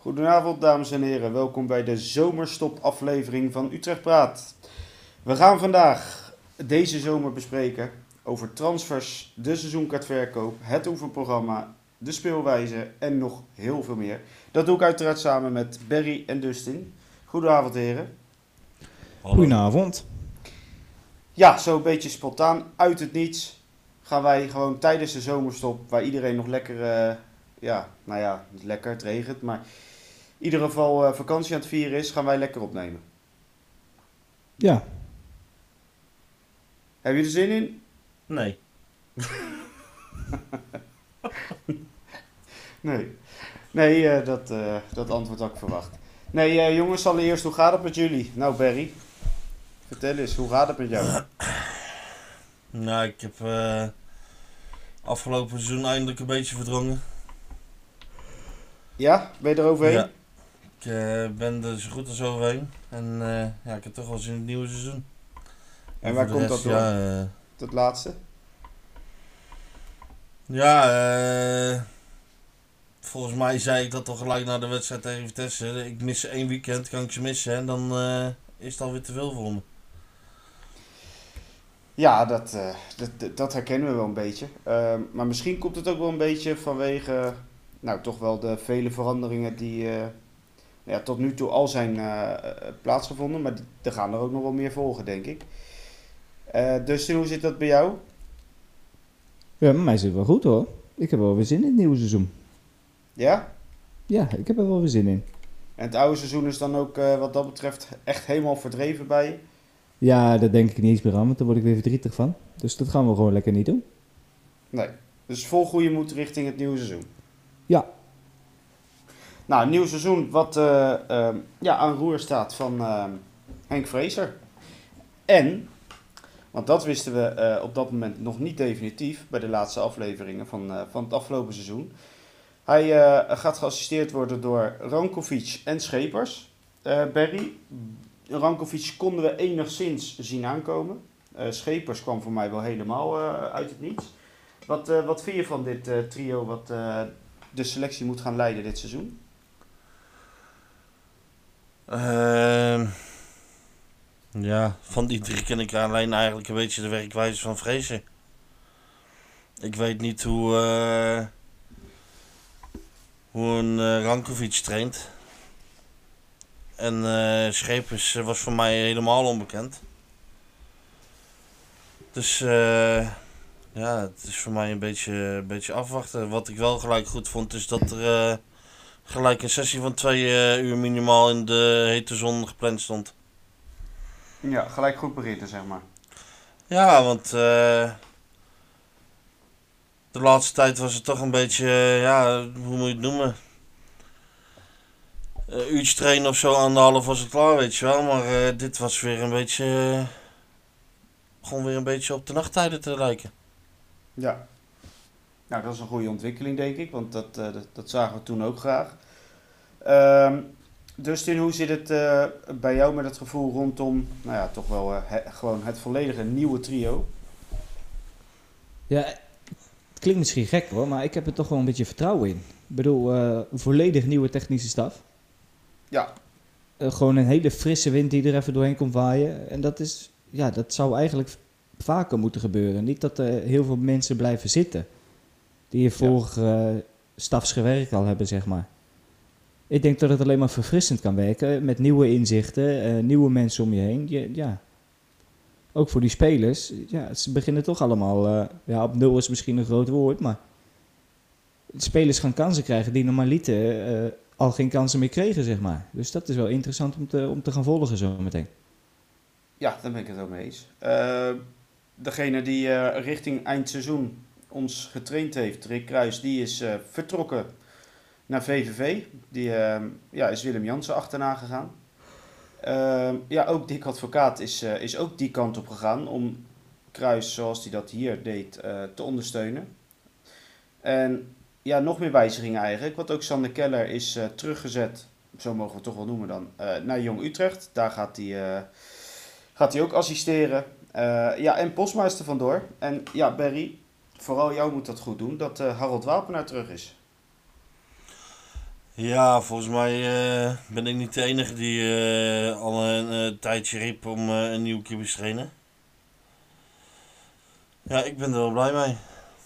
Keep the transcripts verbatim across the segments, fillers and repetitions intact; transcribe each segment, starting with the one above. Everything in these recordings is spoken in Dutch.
Goedenavond dames en heren, welkom bij de zomerstop aflevering van Utrecht Praat. We gaan vandaag deze zomer bespreken over transfers, de seizoenkaartverkoop, het oefenprogramma, de speelwijze en nog heel veel meer. Dat doe ik uiteraard samen met Barry en Dustin. Goedenavond heren. Hallo. Goedenavond. Ja, zo een beetje spontaan, uit het niets, gaan wij gewoon tijdens de zomerstop, waar iedereen nog lekker, uh, ja, nou ja, niet lekker, het regent, maar in ieder geval uh, vakantie aan het vieren is, gaan wij lekker opnemen. Ja. Heb je er zin in? Nee. nee. Nee, uh, dat, uh, dat antwoord had ik verwacht. Nee, uh, jongens, allereerst, hoe gaat het met jullie? Nou, Barry, vertel eens, hoe gaat het met jou? Nou, ik heb uh, afgelopen seizoen eindelijk een beetje verdrongen. Ja, ben je er overheen? Ja. Ik uh, ben er zo goed als overheen. En uh, ja, ik heb toch wel zin in het nieuwe seizoen. En, en waar komt rest, dat door? Ja, uh, dat laatste? Ja, uh, volgens mij zei ik dat toch gelijk na de wedstrijd tegen Vitesse. Ik mis één weekend, kan ik ze missen en dan uh, is het alweer te veel voor me. Ja, dat, uh, dat, dat herkennen we wel een beetje. Uh, maar misschien komt het ook wel een beetje vanwege, nou toch wel de vele veranderingen die uh, ja, tot nu toe al zijn uh, plaatsgevonden. Maar die, er gaan er ook nog wel meer volgen, denk ik. Uh, dus hoe zit dat bij jou? Ja, bij mij zit het wel goed hoor. Ik heb wel weer zin in het nieuwe seizoen. Ja? Ja, ik heb er wel weer zin in. En het oude seizoen is dan ook uh, wat dat betreft echt helemaal verdreven bij je? Ja, daar denk ik niet eens meer aan, want daar word ik weer verdrietig van. Dus dat gaan we gewoon lekker niet doen. Nee, dus vol goede moed richting het nieuwe seizoen. Ja. Nou, een nieuw seizoen wat uh, uh, ja, aan roer staat van uh, Henk Vrezer. En, want dat wisten we uh, op dat moment nog niet definitief bij de laatste afleveringen van, uh, van het afgelopen seizoen. Hij uh, gaat geassisteerd worden door Rankovic en Schepers. Uh, Barry, Rankovic konden we enigszins zien aankomen. Uh, Schepers kwam voor mij wel helemaal uh, uit het niets. Wat, uh, wat vind je van dit uh, trio wat uh, de selectie moet gaan leiden dit seizoen? Uh, ja, van die drie ken ik alleen eigenlijk een beetje de werkwijze van Vrezen. Ik weet niet hoe, uh, hoe een uh, Rankovic traint. En uh, Schepers was voor mij helemaal onbekend. Dus uh, ja, het is voor mij een beetje, een beetje afwachten. Wat ik wel gelijk goed vond is dat er uh, gelijk een sessie van twee uh, uur minimaal in de hete zon gepland stond. Ja, gelijk goed beginnen, zeg maar. Ja, want uh, de laatste tijd was het toch een beetje, uh, ja, hoe moet je het noemen? Uh, uurtje trainen of zo, anderhalf was het klaar, weet je wel. Maar uh, dit was weer een beetje, uh, gewoon weer een beetje op de nachttijden te lijken. Ja. Nou, dat is een goede ontwikkeling, denk ik. Want dat, uh, dat, dat zagen we toen ook graag. Uh, Dustin, hoe zit het uh, bij jou met het gevoel rondom, nou ja, toch wel uh, he, gewoon het volledige nieuwe trio? Ja, het klinkt misschien gek hoor, maar ik heb er toch wel een beetje vertrouwen in. Ik bedoel, uh, volledig nieuwe technische staf. Ja. Uh, gewoon een hele frisse wind die er even doorheen komt waaien. En dat is, ja, dat zou eigenlijk vaker moeten gebeuren. Niet dat er heel veel mensen blijven zitten die hier vorige uh, stafsgewerk al hebben, zeg maar. Ik denk dat het alleen maar verfrissend kan werken met nieuwe inzichten, uh, nieuwe mensen om je heen. Je, ja. Ook voor die spelers, ja, ze beginnen toch allemaal, uh, ja, op nul is misschien een groot woord, maar de spelers gaan kansen krijgen die normaliter uh, al geen kansen meer kregen, zeg maar. Dus dat is wel interessant om te, om te gaan volgen zo meteen. Ja, daar ben ik het ook mee eens. Uh, degene die uh, richting eindseizoen ons getraind heeft, Rick Kruis, die is uh, vertrokken naar V V V. Die uh, ja, is Willem Jansen achterna gegaan. Uh, ja, ook Dick Advocaat is, uh, is ook die kant op gegaan om Kruis, zoals hij dat hier deed, uh, te ondersteunen. En ja, nog meer wijzigingen eigenlijk. Want ook Sander Keller is uh, teruggezet, zo mogen we het toch wel noemen dan, uh, naar Jong Utrecht. Daar gaat hij, uh, gaat hij ook assisteren. Uh, ja, en Posma is er vandoor. En ja, Barry, vooral jou moet dat goed doen, dat uh, Harold Wapenaar terug is. Ja, volgens mij eh, ben ik niet de enige die eh, al een eh, tijdje riep om eh, een nieuwe keeper te trainen. Ja, ik ben er wel blij mee.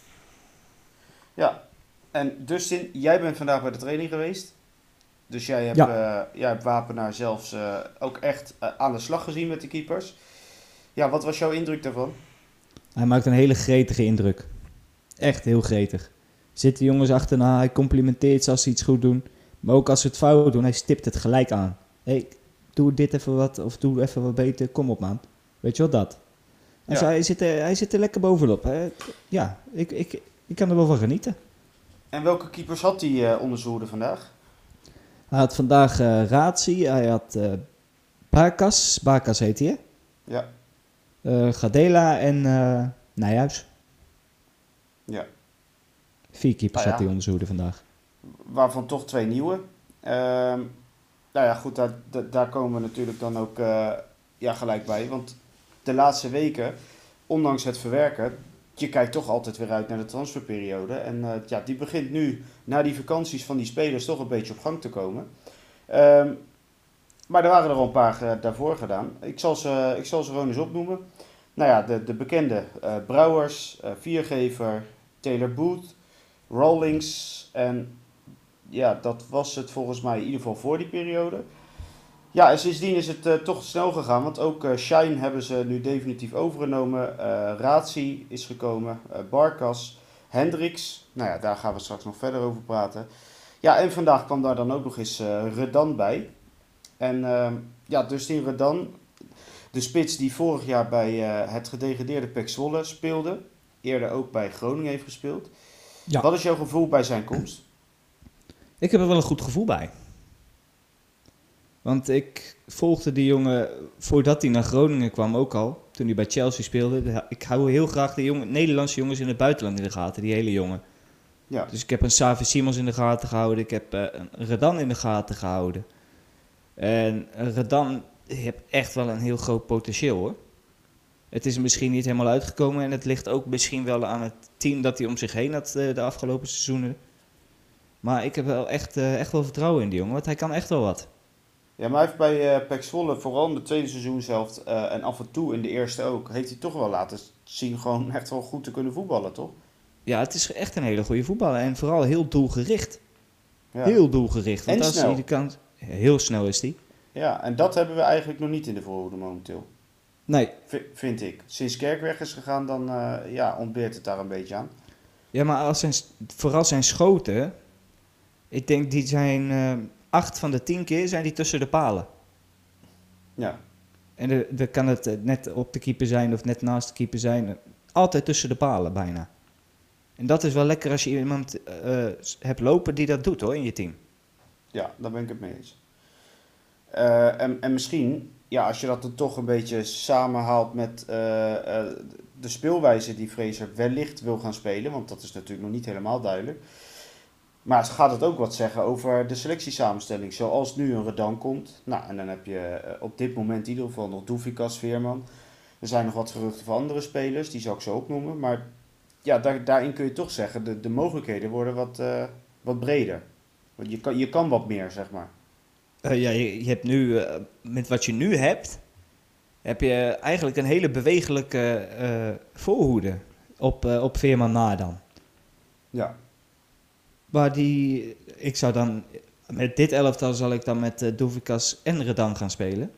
Ja, en Dustin, jij bent vandaag bij de training geweest. Dus jij hebt, Ja, eh, jij hebt Wapenaar zelfs eh, ook echt eh, aan de slag gezien met de keepers. Ja, wat was jouw indruk daarvan? hij maakt een hele gretige indruk. Echt heel gretig. Zitten jongens achterna, hij complimenteert ze als ze iets goed doen. Maar ook als ze het fout doen, hij stipt het gelijk aan. Hé, hey, doe dit even wat, of doe even wat beter, kom op man. Weet je wel dat? Hij, Ja. zei, hij, zit, er, hij zit er lekker bovenop. Hè. Ja, ik, ik, ik kan er wel van genieten. En welke keepers had hij eh onder zijn hoede vandaag? Hij had vandaag eh Razi, hij had eh Barkas, Barkas heet hij hè? Ja, Eh, Gadela en eh Nijhuis. ja. Vier keepers Nou ja. had hij onder zijn hoede vandaag. Waarvan toch twee nieuwe. Ehm, nou ja, goed, daar, da- daar komen we natuurlijk dan ook eh, ja, gelijk bij. Want de laatste weken, ondanks het verwerken, je kijkt toch altijd weer uit naar de transferperiode. En eh, ja, die begint nu, na die vakanties van die spelers, toch een beetje op gang te komen. Ehm, maar er waren er al een paar eh, daarvoor gedaan. Ik zal ze, ik zal ze gewoon eens opnoemen. Nou ja, de, de bekende eh, Brouwers, eh, Viergever, Taylor Booth, Rawlings en ja, dat was het volgens mij in ieder geval voor die periode. Ja, en sindsdien is het eh, toch snel gegaan, want ook eh, Shine hebben ze nu definitief overgenomen. Eh Razi is gekomen, eh Barkas, Hendricks. Nou ja, daar gaan we straks nog verder over praten. Ja, en vandaag kwam daar dan ook nog eens eh, Redan bij. En ehm, ja, dus die Redan, de spits die vorig jaar bij eh, het gedegradeerde P E C Zwolle speelde, eerder ook bij Groningen heeft gespeeld. Ja. Wat is jouw gevoel bij zijn komst? Ik heb er wel een goed gevoel bij. Want ik volgde die jongen voordat hij naar Groningen kwam ook al. Toen hij bij Chelsea speelde. De- Ik hou heel graag de jongen, Nederlandse jongens in het buitenland in de gaten. Die hele jongen. Ja, Dus ik heb een Savi Simons in de gaten gehouden. Ik heb eh, een Redan in de gaten gehouden. En Redan heeft echt wel een heel groot potentieel hoor. Het is er misschien niet helemaal uitgekomen. En het ligt ook misschien wel aan het team dat hij om zich heen had eh, de afgelopen seizoenen. Maar ik heb wel echt, eh, echt wel vertrouwen in die jongen. Want hij kan echt wel wat. Ja, maar hij heeft bij eh P E C Zwolle, vooral in de tweede seizoenshelft eh en af en toe in de eerste ook, heeft hij toch wel laten zien gewoon echt wel goed te kunnen voetballen, toch? Ja, het is echt een hele goede voetballer. En vooral heel doelgericht. Ja. Heel doelgericht. Want En als snel. hij de kant... Heel snel is hij. Ja, en dat hebben we eigenlijk nog niet in de voorhoede momenteel, Nee. v- vind ik. Sinds Kerk weg is gegaan, dan eh, ja, ontbeert het daar een beetje aan. Ja, maar als zijn, vooral zijn schoten... Ik denk die zijn... eh, acht van de tien keer zijn die tussen de palen. Ja, En de- dan kan het eh, net op de keeper zijn of net naast de keeper zijn. Altijd tussen de palen bijna. En dat is wel lekker als je iemand eh, hebt lopen die dat doet hoor, in je team. ja, daar ben ik het mee eens. Eh, en, en misschien, ja, als je dat dan toch een beetje samenhaalt met eh, eh, de speelwijze die Fraser wellicht wil gaan spelen, want dat is natuurlijk nog niet helemaal duidelijk. Maar gaat het ook wat zeggen over de selectiesamenstelling, zoals nu een Redan komt. Nou, en dan heb je eh, op dit moment in ieder geval nog Doufikas, Veerman. Er zijn nog wat geruchten van andere spelers, die zal ik zo opnoemen. Maar ja, daar, daarin kun je toch zeggen, de, de mogelijkheden worden wat, eh, wat breder. Want je kan, je kan wat meer, zeg maar. Eh, ja, je, je hebt nu, eh, met wat je nu hebt, heb je eigenlijk een hele bewegelijke eh, voorhoede op, eh, op Veerman na dan. Ja, Maar die, ik zou dan, met dit elftal zal ik dan met uh, Douvikas en Redan gaan spelen.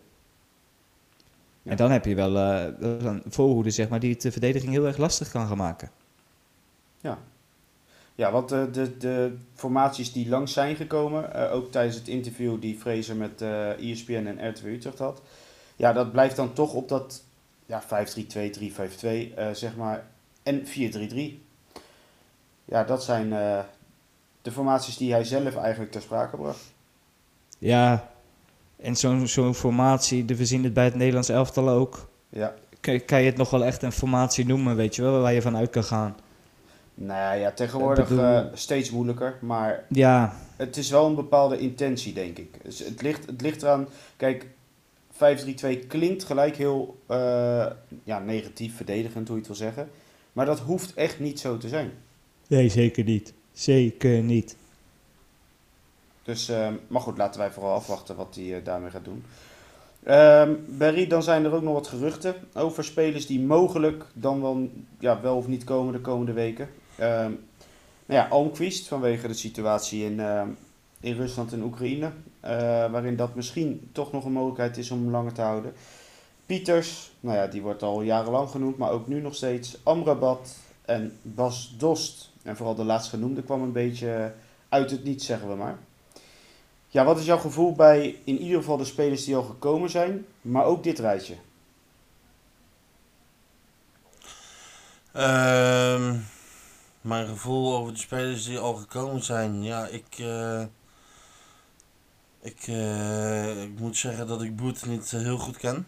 Ja. En dan heb je wel eh, een voorhoede, zeg maar, die het de verdediging heel erg lastig kan gaan maken. ja. Ja, want de, de, de formaties die langs zijn gekomen, eh, ook tijdens het interview die Fraser met eh E S P N en R twee Utrecht had. Ja, dat blijft dan toch op dat ja, vijf drie twee, drie vijf twee, eh, zeg maar, en vier drie drie. Ja, dat zijn eh, de formaties die hij zelf eigenlijk ter sprake bracht. Ja, en zo'n zo'n formatie, de- we zien het bij het Nederlands elftal ook. Ja, Kan, kan je het nog wel echt een formatie noemen, weet je wel, waar je van uit kan gaan? nou ja, tegenwoordig Ik bedoel- eh, steeds moeilijker, maar Ja, het is wel een bepaalde intentie, denk ik. Dus het ligt, het ligt eraan, kijk, vijf drie twee klinkt gelijk heel eh, ja, negatief, verdedigend, hoe je het wil zeggen. Maar dat hoeft echt niet zo te zijn. nee, zeker niet. Zeker niet. Dus, uh, maar goed, laten wij vooral afwachten wat hij uh, daarmee gaat doen. Uh, Barry, dan zijn er ook nog wat geruchten over spelers die mogelijk dan wel, ja, wel of niet komen de komende weken. Uh, nou ja, Almqvist vanwege de situatie in, uh, in Rusland en Oekraïne. Uh, waarin dat misschien toch nog een mogelijkheid is om hem langer te houden. Pieters, nou ja, die wordt al jarenlang genoemd, maar ook nu nog steeds. Amrabat en Bas Dost. En vooral de laatstgenoemde kwam een beetje uit het niets, zeggen we maar. Ja, wat is jouw gevoel bij in ieder geval de spelers die al gekomen zijn, maar ook dit rijtje? Uh, mijn gevoel over de spelers die al gekomen zijn, ja, ik, uh, ik, uh, ik moet zeggen dat ik Boet niet heel goed ken.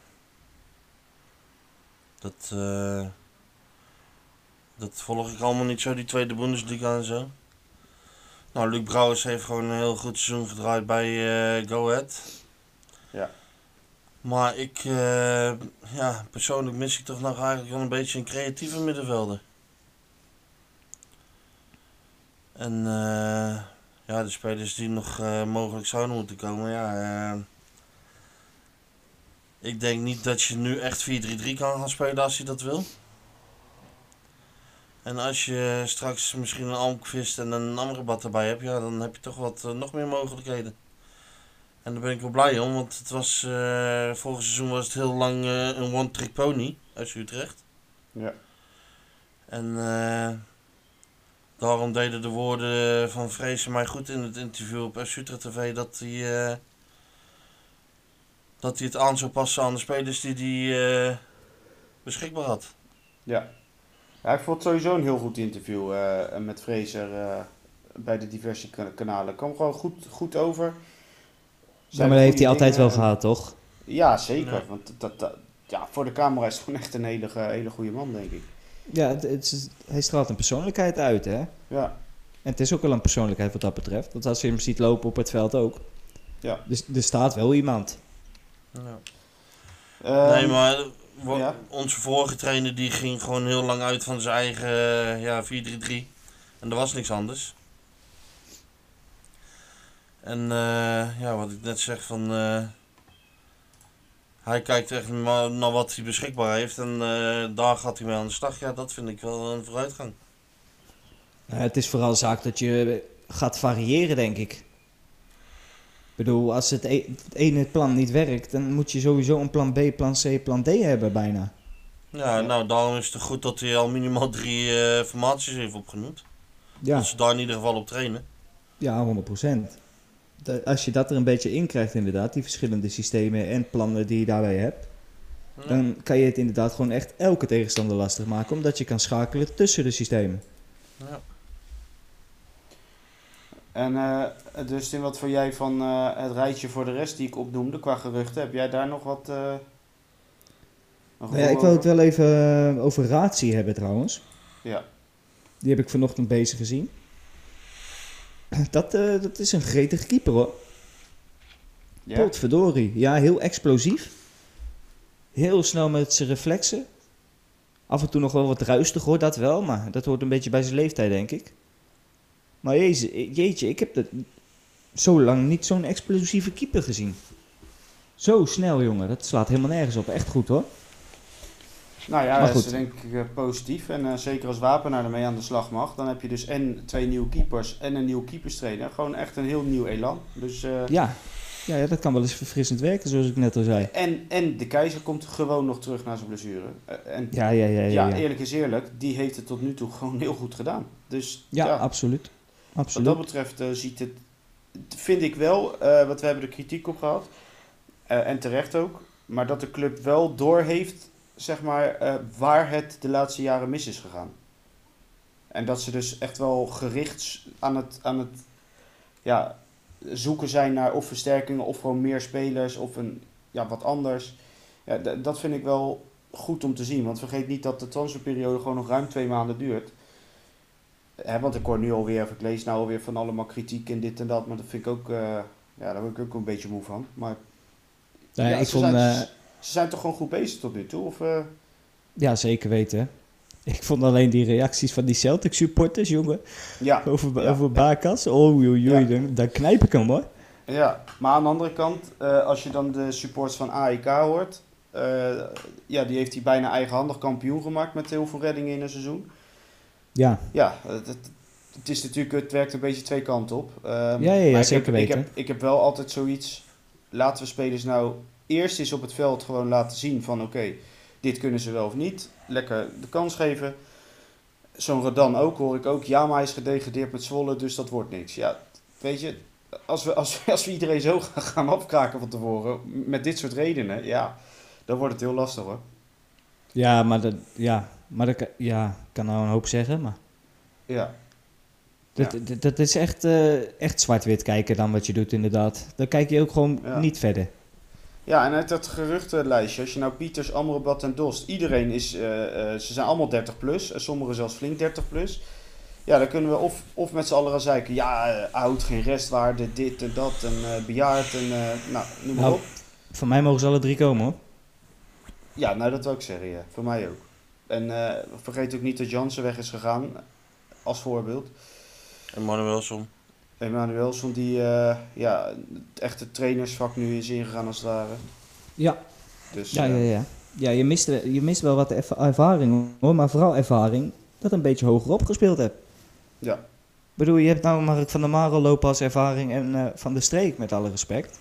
Dat, uh, dat volg ik allemaal niet zo, die tweede Bundesliga en zo. Nou, Luc Brouwers heeft gewoon een heel goed seizoen gedraaid bij uh, Go Ahead. Ja. Maar ik, uh, ja, persoonlijk mis ik toch nog eigenlijk wel een beetje een creatieve middenvelder. En uh, ja, de spelers die nog uh, mogelijk zouden moeten komen, ja. Uh, ik denk niet dat je nu echt vier drie drie kan gaan spelen als je dat wil. En als je straks misschien een Almqvist en een Amrabat erbij hebt, ja, dan heb je toch wat uh, nog meer mogelijkheden. En daar ben ik wel blij om, want het was, uh, vorig seizoen was het heel lang uh, een one-trick pony uit Utrecht. Ja. En uh, daarom deden de woorden van Vreesen mij goed in het interview op F C Utrecht T V dat hij, uh, dat hij het aan zou passen aan de spelers die hij uh, beschikbaar had. Ja. Ja, ik vond het sowieso een heel goed interview uh, met Fraser uh, bij de diverse kanalen. Kwam gewoon goed, goed over. Ja, maar dat heeft hij altijd wel gehad, toch? Ja, zeker. Ja. Want dat, dat, ja, voor de camera is het gewoon echt een hele, hele goede man, denk ik. Ja, het, het is, hij straalt een persoonlijkheid uit, hè? Ja. En het is ook wel een persoonlijkheid wat dat betreft. Want als je hem ziet lopen op het veld ook. Ja. Dus er staat wel iemand. Ja. Um, nee, maar wa- ja. onze vorige trainer die ging gewoon heel lang uit van zijn eigen uh, ja, vier drie drie. En er was niks anders. En uh, ja, wat ik net zeg van... Uh, hij kijkt echt maar naar wat hij beschikbaar heeft. En uh, daar gaat hij mee aan de slag. Ja, dat vind ik wel een vooruitgang. Uh, het is vooral zaak dat je gaat variëren, denk ik. Ik bedoel, als het, e- het ene plan niet werkt, dan moet je sowieso een plan B, plan C, plan D hebben bijna. Ja, Ja. nou daarom is het goed dat hij al minimaal drie uh, formaties heeft opgenoemd. Ja, Dat ze daar in ieder geval op trainen. ja, honderd procent. De- als je dat er een beetje in krijgt inderdaad, die verschillende systemen en plannen die je daarbij hebt, Ja. dan kan je het inderdaad gewoon echt elke tegenstander lastig maken, omdat je kan schakelen tussen de systemen. Ja. En uh, dus in wat voor jij van uh, het rijtje voor de rest die ik opnoemde qua geruchten, heb jij daar nog wat... Uh, een Nou ja, gevoel ik wil het over? wel even uh, over Ratie hebben trouwens. Ja. Die heb ik vanochtend bezig gezien. Dat, uh, dat is een gretige keeper hoor. Ja? Potverdorie. Ja, heel explosief. Heel snel met zijn reflexen. Af en toe nog wel wat ruistig hoor, dat wel. Maar dat hoort een beetje bij zijn leeftijd, denk ik. Maar jeetje, jeetje ik heb dat zo lang niet zo'n explosieve keeper gezien. Zo snel, jongen. Dat slaat helemaal nergens op. Echt goed hoor. Nou ja, Maar dat is goed. denk ik uh, positief. En uh, zeker als Wapenaar ermee aan de slag mag, dan heb je dus en twee nieuwe keepers en een nieuwe keeperstrainer. Gewoon echt een heel nieuw elan. Dus, uh, Ja. Ja, ja, dat kan wel eens verfrissend werken, zoals ik net al zei. en, en de Keizer komt gewoon nog terug naar zijn blessure. Uh, en Ja, ja, ja. ja, Ja, ja. eerlijk is eerlijk, die heeft het tot nu toe gewoon heel goed gedaan. Dus ja, ja, absoluut. wat Absoluut. dat betreft uh, ziet het, vind ik wel, uh, want we hebben er kritiek op gehad. Uh, en terecht ook. Maar dat de club wel doorheeft, zeg maar, uh, waar het de laatste jaren mis is gegaan. En dat ze dus echt wel gericht aan het, aan het ja, zoeken zijn naar of versterkingen of gewoon meer spelers of een, ja, wat anders. Ja, d- dat vind ik wel goed om te zien. Want vergeet niet dat de transferperiode gewoon nog ruim twee maanden duurt. Hè, want ik hoor nu alweer, of ik lees nou alweer van allemaal kritiek en dit en dat. Maar dat vind ik ook, uh, ja, daar word ik ook een beetje moe van. Maar Nou ja, ja, ik ze, vond, zijn, uh, ze zijn toch gewoon goed bezig tot nu toe? Of, uh, ja, zeker weten. Ik vond alleen die reacties van die Celtic supporters, jongen, Ja, over, ja, over ja. Bakas. Oh, oei, oei, Ja. dan, dan knijp ik hem, hoor. Ja, maar aan de andere kant, eh, als je dan de supports van A E K hoort, eh, ja, die heeft hij bijna eigenhandig kampioen gemaakt met heel veel reddingen in een seizoen. Ja, Ja, het, het, het is natuurlijk, het werkt een beetje twee kanten op. Ehm, Ja, ja, ja, maar ik zeker heb, ik, weten. heb, ik heb wel altijd zoiets, laten we spelers nou eerst eens op het veld gewoon laten zien van oké, dit kunnen ze wel of niet. Lekker de kans geven. Zo'n Rodan ook, hoor ik ook. Ja, maar hij is gedegradeerd met Zwolle, dus dat wordt niks. Ja, weet je, als we, als, we- als we iedereen zo gaan gaan afkraken van tevoren, met dit soort redenen, ja, dan wordt het heel lastig hoor. ja, maar dat, ja, maar dat, kan- ja, ik kan nou een hoop zeggen, maar Ja, dat, Ja. dat, dat is echt, eh, echt zwart-wit kijken dan wat je doet, inderdaad. Dan kijk je ook gewoon Ja. niet verder. ja en uit dat geruchtenlijstje, als je nou Pieters, Amrabat en Dost, iedereen is, eh, eh, ze zijn allemaal dertig plus, en sommigen zelfs flink dertig plus. Ja, dan kunnen we of, of met z'n allen gaan zeiken, ja, eh, oud, geen restwaarde, dit en dat, en eh, bejaard, en eh, nou, noem maar Nou, op. Van mij mogen ze alle drie komen, hoor. Ja, nou dat wil ik zeggen, ja. Voor mij ook. En eh, vergeet ook niet dat Jansen weg is gegaan, als voorbeeld. Emmanuelson. Emanuelson die eh, ja, het echte trainersvak nu is ingegaan als het ware. Ja, Dus, ja, ja, eh, ja. Ja, je mist, je mist wel wat erva- ervaring, hoor. Maar vooral ervaring dat een beetje hoger opgespeeld hebt. ja. Ik bedoel, je hebt nou Mark van der Marel lopen als ervaring en eh, Van de Streek, met alle respect.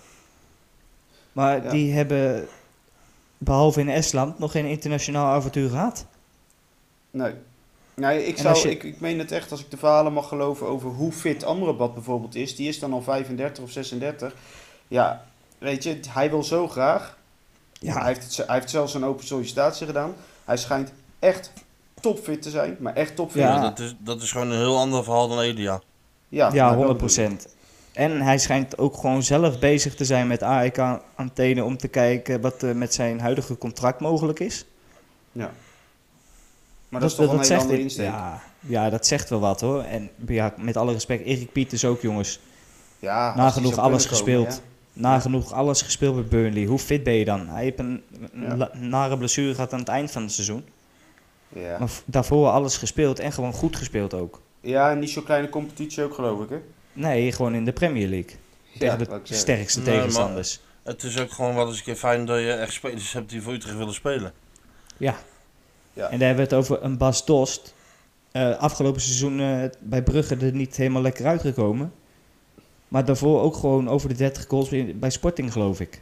Maar Ja. die hebben, behalve in Estland, nog geen internationaal avontuur gehad. Nee. Nee, ik, En zou, als je- ik, ik meen het echt, als ik de verhalen mag geloven over hoe fit Amrabat bijvoorbeeld is. Die is dan al vijfendertig of zesendertig. Ja, weet je, hij wil zo graag. Ja, Hij, heeft het, hij heeft zelfs een open sollicitatie gedaan. Hij schijnt echt topfit te zijn, maar echt topfit. Ja. Ja, dat, is, dat is gewoon een heel ander verhaal dan Elia. Ja, ja, maar dat honderd bedoel ik. procent. En hij schijnt ook gewoon zelf bezig te zijn met A E K-antenne om te kijken wat er met zijn huidige contract mogelijk is. Ja. Maar dat, is toch een hele andere i- insteek. Ja, ja, dat zegt wel wat, hoor. En ja, met alle respect, Erik Pieters ook, jongens. Ja, als Nagenoeg die zou alles kunnen komen, gespeeld. Nagenoeg alles gespeeld bij Burnley. Hoe fit ben je dan? Hij heeft een, een Ja. la- nare blessure gehad aan het eind van het seizoen. Ja. Ja. Maar v- daarvoor alles gespeeld en gewoon goed gespeeld ook. Ja, en niet zo'n kleine competitie ook, geloof ik, hè? Nee, gewoon in de Premier League. Tegen wou de ik zeggen. sterkste Nee, maar- tegenstanders. Het is ook gewoon wel eens een keer fijn dat je echt spelers hebt die voor Utrecht willen spelen. Ja. Ja. En daar hebben we het over een Bas Dost. Eh, afgelopen seizoen eh, bij Brugge er niet helemaal lekker uitgekomen. Maar daarvoor ook gewoon over de dertig goals bij bij Sporting, geloof ik.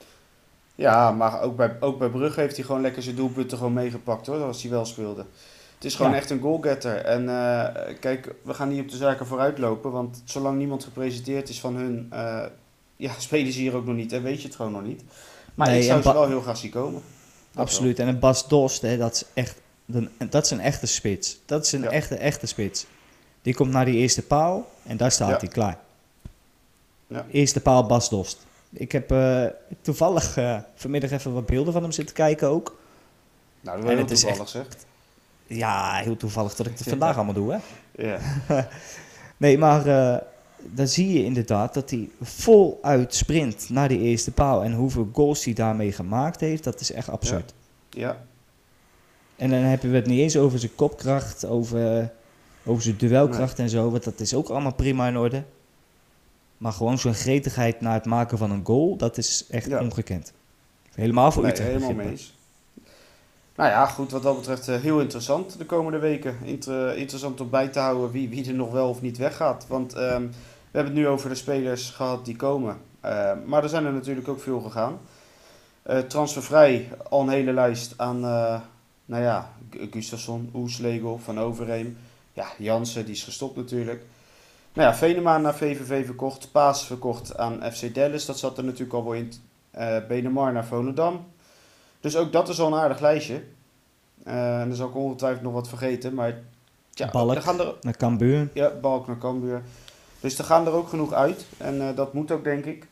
Ja, maar ook bij, ook bij Brugge heeft hij gewoon lekker zijn doelpunten gewoon meegepakt, hoor, als hij wel speelde. Het is gewoon Ja. echt een goalgetter. En eh, kijk, we gaan niet op de zaken vooruitlopen, want zolang niemand gepresenteerd is van hun, eh, ja, spelen ze hier ook nog niet en weet je het gewoon nog niet. Maar Nee, ik zou en ze Ba- wel heel graag zien komen. Dat Absoluut. En een Bas Dost, hè, dat is echt een, dat is een echte spits. Dat is een Ja. echte, echte spits. Die komt naar die eerste paal en daar staat Ja. hij klaar. Ja. Eerste paal Bas Dost. Ik heb eh, toevallig eh, vanmiddag even wat beelden van hem zitten kijken ook. wel. Nou, dat En is wel het is toevallig, zeg. Ja, heel toevallig dat ik het vandaag allemaal doe, hè. Ja. Nee, maar eh, dan zie je inderdaad dat hij voluit sprint naar die eerste paal. En hoeveel goals hij daarmee gemaakt heeft, dat is echt absurd. Ja. En dan hebben we het niet eens over zijn kopkracht, over, over zijn duelkracht en zo. Want dat is ook allemaal prima in orde. Maar gewoon zo'n gretigheid naar het maken van een goal, dat is echt Ja. ongekend. Helemaal voor Nee, Utrecht. helemaal mee begrippen. eens. Nou ja, goed, wat dat betreft eh, heel interessant de komende weken. Inter- interessant om bij te houden wie, wie er nog wel of niet weggaat. Want ehm, we hebben het nu over de spelers gehad die komen. Eh, maar er zijn er natuurlijk ook veel gegaan. Eh, transfervrij al een hele lijst aan, eh, nou ja, Gu- Gustafsson, Oeslegel, Van Overheem. Ja, Jansen, die is gestopt natuurlijk. Nou ja, Venema naar V V V verkocht. Paas verkocht aan F C Dallas. Dat zat er natuurlijk al wel in. Uh, Benemar naar Volendam. Dus ook dat is al een aardig lijstje. Uh, en dan zal ik ongetwijfeld nog wat vergeten. Maar ja, Balk. er gaan er, Naar Cambuur. ja, Balk naar Cambuur. Dus er gaan er ook genoeg uit. En uh, dat moet ook, denk ik.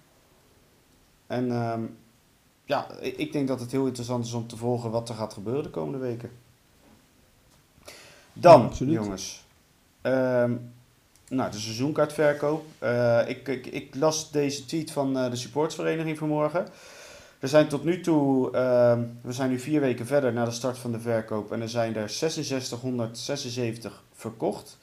En uh, ja, ik denk dat het heel interessant is om te volgen wat er gaat gebeuren de komende weken. Dan, Ja, absoluut. jongens. Um, nou, de seizoenkaartverkoop. Uh, ik, ik, ik las deze tweet van uh, de supportsvereniging vanmorgen. Er zijn tot nu toe, uh, we zijn nu vier weken verder na de start van de verkoop en er zijn er zesenzestighonderdzesenzeventig verkocht.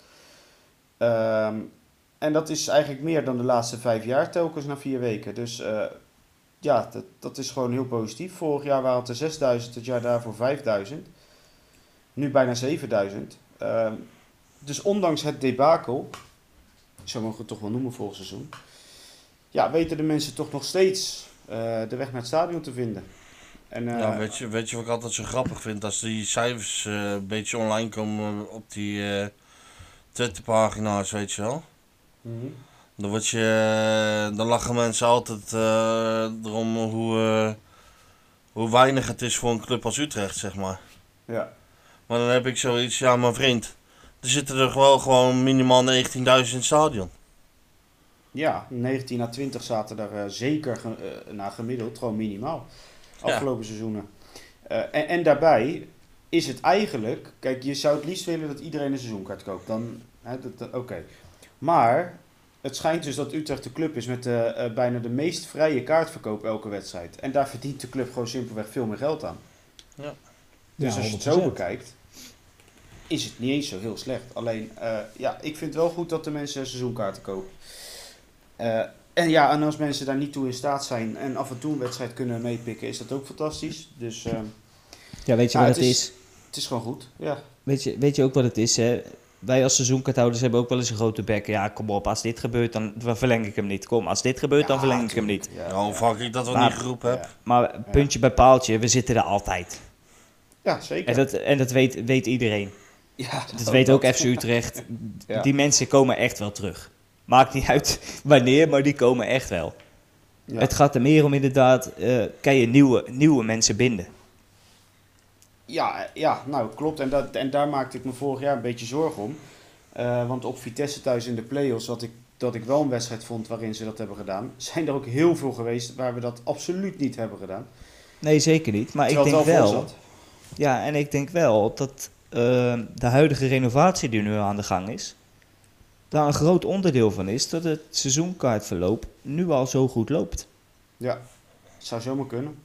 Um, en dat is eigenlijk meer dan de laatste vijf jaar telkens na vier weken. Dus uh, ja, dat, dat is gewoon heel positief. Vorig jaar waren het er zesduizend, het jaar daarvoor vijfduizend. Nu bijna zevenduizend. Um, dus ondanks het debakel, zo mogen we het toch wel noemen volgend seizoen, ja, weten de mensen toch nog steeds uh, de weg naar het stadion te vinden. En, uh, ja, weet je, weet je wat ik altijd zo grappig vind? Als die cijfers uh, een beetje online komen op die uh, Twitterpagina's, weet je wel. Mm-hmm. Dan, word je, uh, dan lachen mensen altijd uh, erom hoe, uh, hoe weinig het is voor een club als Utrecht, zeg maar. Ja. Maar dan heb ik zoiets, ja mijn vriend, er zitten er gewoon, gewoon minimaal negentienduizend in het stadion. Ja, negentien à twintig zaten er uh, zeker ge- uh, naar gemiddeld, gewoon minimaal. Afgelopen ja. seizoenen. Uh, en, en daarbij is het eigenlijk, kijk, je zou het liefst willen dat iedereen een seizoenkaart koopt. Dan, hè, dat, dat, oké. Okay. Maar het schijnt dus dat Utrecht de club is met de, uh, bijna de meest vrije kaartverkoop elke wedstrijd. En daar verdient de club gewoon simpelweg veel meer geld aan. Ja. Dus ja, als je het zo bekijkt, is het niet eens zo heel slecht. Alleen, uh, ja, ik vind wel goed dat de mensen seizoenkaarten kopen. Uh, en ja, en als mensen daar niet toe in staat zijn en af en toe een wedstrijd kunnen meepikken, is dat ook fantastisch. Dus, uh, ja, weet je ja, wat het het is, is? Het is gewoon goed, ja. Weet je, weet je ook wat het is, hè? Wij als seizoenkaarthouders hebben ook wel eens een grote bek. Ja, kom op, als dit gebeurt, dan verleng ik hem niet. Kom, als dit gebeurt, Ja, dan verleng ik hem tuurlijk. niet. Ja, Ja, hoe ja. vaak ik dat wel Maar- niet geroepen heb. Ja, Maar puntje bij paaltje, we zitten er altijd. ja zeker. En dat, en dat weet, weet iedereen. ja, Dat weet ook F C Utrecht. Ja. Die mensen komen echt wel terug. Maakt niet uit wanneer, maar die komen echt wel. Ja. Het gaat er meer om inderdaad, uh, kan je nieuwe, nieuwe mensen binden. Ja, ja, nou klopt. En, dat, en daar maakte ik me vorig jaar een beetje zorgen om. Uh, want op Vitesse thuis in de play-offs, wat ik, dat ik wel een wedstrijd vond waarin ze dat hebben gedaan, zijn er ook heel veel geweest waar we dat absoluut niet hebben gedaan. Nee, zeker niet. Maar Terwijl ik denk het wel vol wel, zat. ja, en ik denk wel dat uh, de huidige renovatie die nu aan de gang is, daar een groot onderdeel van is dat het seizoenkaartverloop nu al zo goed loopt. Ja, het zou zomaar kunnen.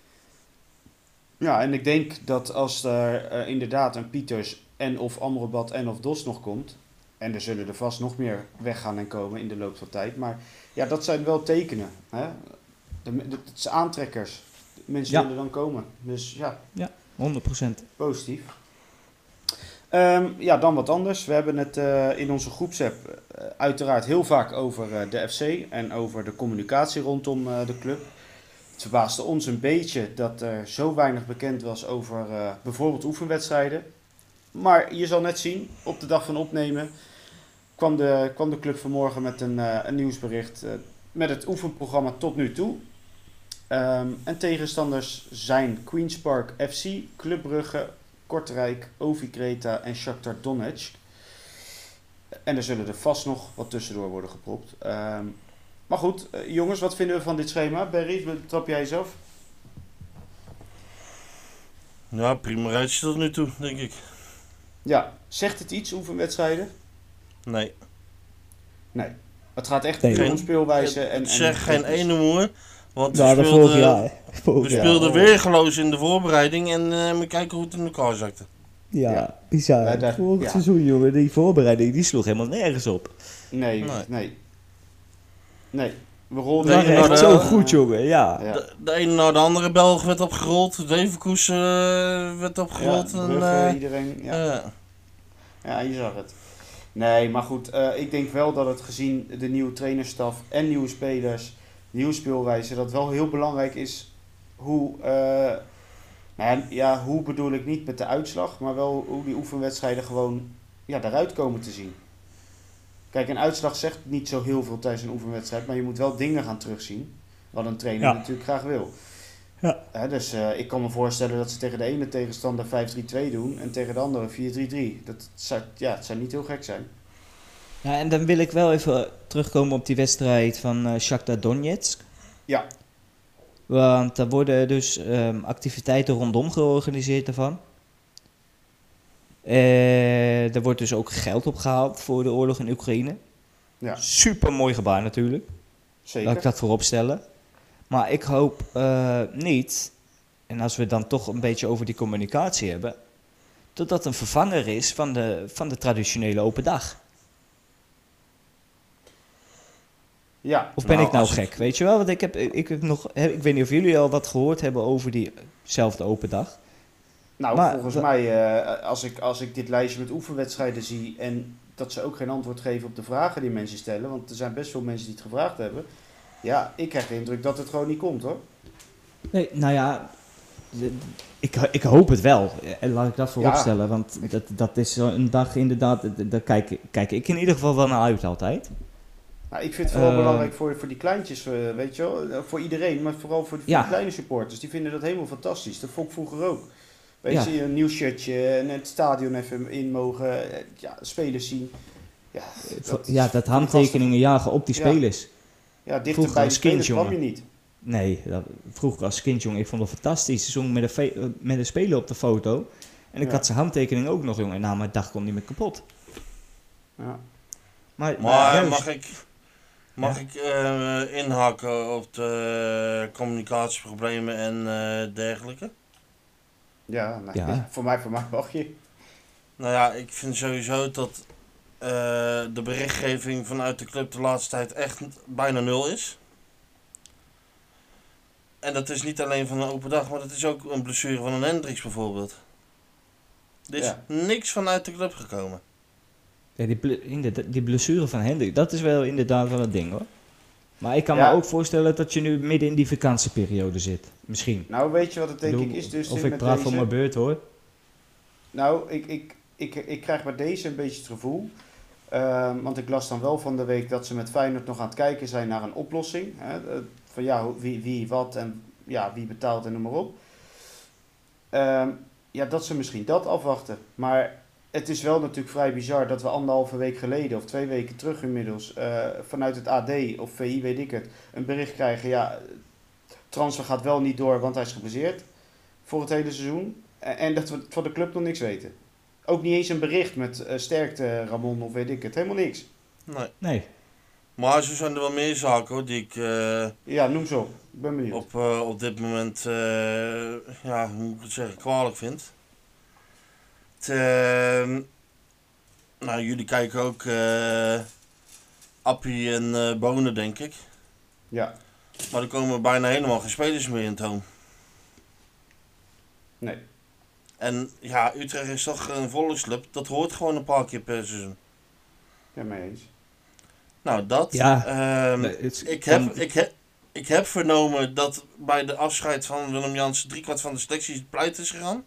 Ja, en ik denk dat als er uh, inderdaad een Pieters en of Amrabat en of Dos nog komt, en er zullen er vast nog meer weggaan en komen in de loop van tijd, maar ja, dat zijn wel tekenen. Hè? De, de, het is aantrekkers. Mensen Ja. willen dan komen. Dus ja, honderd procent. positief. Um, ja, dan wat anders. We hebben het uh, in onze groepsapp uh, uiteraard heel vaak over uh, de F C en over de communicatie rondom uh, de club. Het verbaasde ons een beetje dat er zo weinig bekend was over uh, bijvoorbeeld oefenwedstrijden. Maar je zal net zien, op de dag van opnemen kwam de, kwam de club vanmorgen met een, uh, een nieuwsbericht uh, met het oefenprogramma tot nu toe. Um, en tegenstanders zijn Queen's Park F C, Club Brugge, Kortrijk, Ovi Kreta en Shakhtar Donetsk. En er zullen er vast nog wat tussendoor worden gepropt. Um, maar goed, uh, jongens, wat vinden we van dit schema? Barry, trap jij eens af? Ja, prima rijtje tot nu toe, denk ik. Ja, zegt het iets, oefenwedstrijden? Nee. Nee. Het gaat echt Nee, puur geen- om speelwijze. En, Het en zegt geen ritmes. ene moer. Want we Nou, dat speelden, vorig jaar. we Vorig jaar. speelden oh. weergeloos in de voorbereiding en uh, we kijken hoe het in elkaar zakte. Ja, Ja. bizar. Ja, daar- Vorig ja. seizoen, jongen, die voorbereiding, die sloeg helemaal nergens op. Nee, Nee. nee. Nee. We Het rolden Nee, waren maar echt de- zo goed, jongen, ja. Ja. De, de ene na de andere Belg werd opgerold, Leverkusen uh, werd opgerold. Ja, en, Brugge, uh, iedereen. Ja. ja. Ja, je zag het. Nee, maar goed, uh, ik denk wel dat het gezien de nieuwe trainerstaf en nieuwe spelers, nieuwe speelwijze, dat wel heel belangrijk is hoe, uh, nou ja, ja, hoe bedoel ik niet met de uitslag, maar wel hoe die oefenwedstrijden gewoon ja, daaruit komen te zien. Kijk, een uitslag zegt niet zo heel veel tijdens een oefenwedstrijd, maar je moet wel dingen gaan terugzien, wat een trainer Ja. natuurlijk graag wil. Ja. Hè, dus uh, ik kan me voorstellen dat ze tegen de ene tegenstander vijf drie twee doen en tegen de andere vier drie drie. Dat zou, ja, het zou niet heel gek zijn. Ja, en dan wil ik wel even terugkomen op die wedstrijd van uh, Shakhtar Donetsk. Ja. Want daar worden dus um, activiteiten rondom georganiseerd daarvan. Uh, er wordt dus ook geld opgehaald voor de oorlog in Oekraïne. Ja. Super mooi gebaar natuurlijk. Zeker. Laat ik dat voorop stellen. Maar ik hoop uh, niet, en als we het dan toch een beetje over die communicatie hebben, dat dat een vervanger is van de, van de traditionele open dag. Ja. Of ben Nou, ik nou als gek, weet je wel? Want ik heb, ik heb nog, ik weet niet of jullie al wat gehoord hebben over diezelfde open dag. Nou, Maar volgens dat- mij, uh, als, ik, als ik dit lijstje met oefenwedstrijden zie en dat ze ook geen antwoord geven op de vragen die mensen stellen, want er zijn best veel mensen die het gevraagd hebben. Ja, ik krijg de indruk dat het gewoon niet komt, hoor. Nee, nou ja, de- ik, ik hoop het wel. En laat ik dat voorop Ja. stellen, want dat, dat is een dag inderdaad, d- daar kijk, kijk ik in ieder geval wel naar uit altijd. Nou, ik vind het vooral Eh, belangrijk voor, voor die kleintjes, uh, weet je wel. Uh, voor iedereen, maar vooral voor de, voor Ja. de kleine supporters. Die vinden dat helemaal fantastisch. Dat vond ik vroeger ook. Weet Ja. je, een nieuw shirtje en het stadion even in mogen. uh, Ja, spelers zien. Ja, dat, ja, dat voor die handtekeningen jagen op die Ja. spelers. gasten- Ja, dichter vroeger bij de als kind, spelers kwam je jongen. niet. Nee, dat, vroeger als kind, jongen, ik vond het fantastisch. Ze zong met een, fe- eh, met een speler op de foto. En ik Ja. had zijn handtekening ook nog, jongen. En na mijn dag kon die me kapot. Ja. Maar, Maar juist- mag ik, mag Ja. ik eh, inhaken op de communicatieproblemen en eh, dergelijke? Ja, nou, Ja. Voor, mij, voor mij mag je. Nou ja, ik vind sowieso dat eh, de berichtgeving vanuit de club de laatste tijd echt bijna nul is. En dat is niet alleen van een open dag, maar dat is ook een blessure van een Hendricks bijvoorbeeld. Er is Ja. niks vanuit de club gekomen. Ja, die, ble- inderdaad, die blessure van Hendrik, dat is wel inderdaad wel een ding, hoor. Maar ik kan Ja. me ook voorstellen dat je nu midden in die vakantieperiode zit. Misschien. Nou, weet je wat het denk Doe- ik is dus of met ik praat deze? voor mijn beurt, hoor. Nou, ik, ik, ik, ik krijg bij deze een beetje het gevoel. ehm, want ik las dan wel van de week dat ze met Feyenoord nog aan het kijken zijn naar een oplossing. Hè, eh, van ja, hoe- wie, wie wat en ja, wie betaalt en noem maar op. Ehm, ja, dat ze misschien dat afwachten. Maar het is wel natuurlijk vrij bizar dat we anderhalve week geleden of twee weken terug inmiddels eh, vanuit het A D of V I weet ik het, een bericht krijgen. Ja, transfer gaat wel niet door, want hij is geblesseerd voor het hele seizoen. En, en dat we van de club nog niks weten. Ook niet eens een bericht met eh, sterkte Ramon of weet ik het. Helemaal niks. Nee. Nee. Maar zo zijn er wel meer zaken hoor, die ik eh, Ja, noem ze op. Ik ben benieuwd. op, eh, op dit moment, eh, ja, hoe moet ik het zeggen, kwalijk vind. Het, eh, nou, jullie kijken ook eh Appie en eh, Bonen, denk ik. Ja, Maar er komen bijna helemaal geen spelers meer in toon. nee. En ja, Utrecht is toch een volksclub, dat hoort gewoon een paar keer per seizoen. Ja, mee eens. Nou, dat. Ja. ehm, Nee, het is- ik, heb, kan- ik, heb, ik heb vernomen dat bij de afscheid van Willem Jansen driekwart van de selectie pleit is gegaan.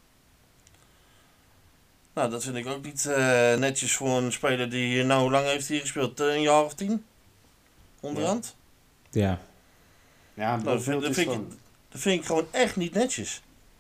Nou, dat vind ik ook niet eh, netjes voor een speler die hier, nou, hoe lang heeft hij gespeeld? Eh, een jaar of tien? Onderhand? Ja. Ja, Nou, dat vind, Bovenveld dat, is vind ik, gewoon... dat vind ik gewoon echt niet netjes.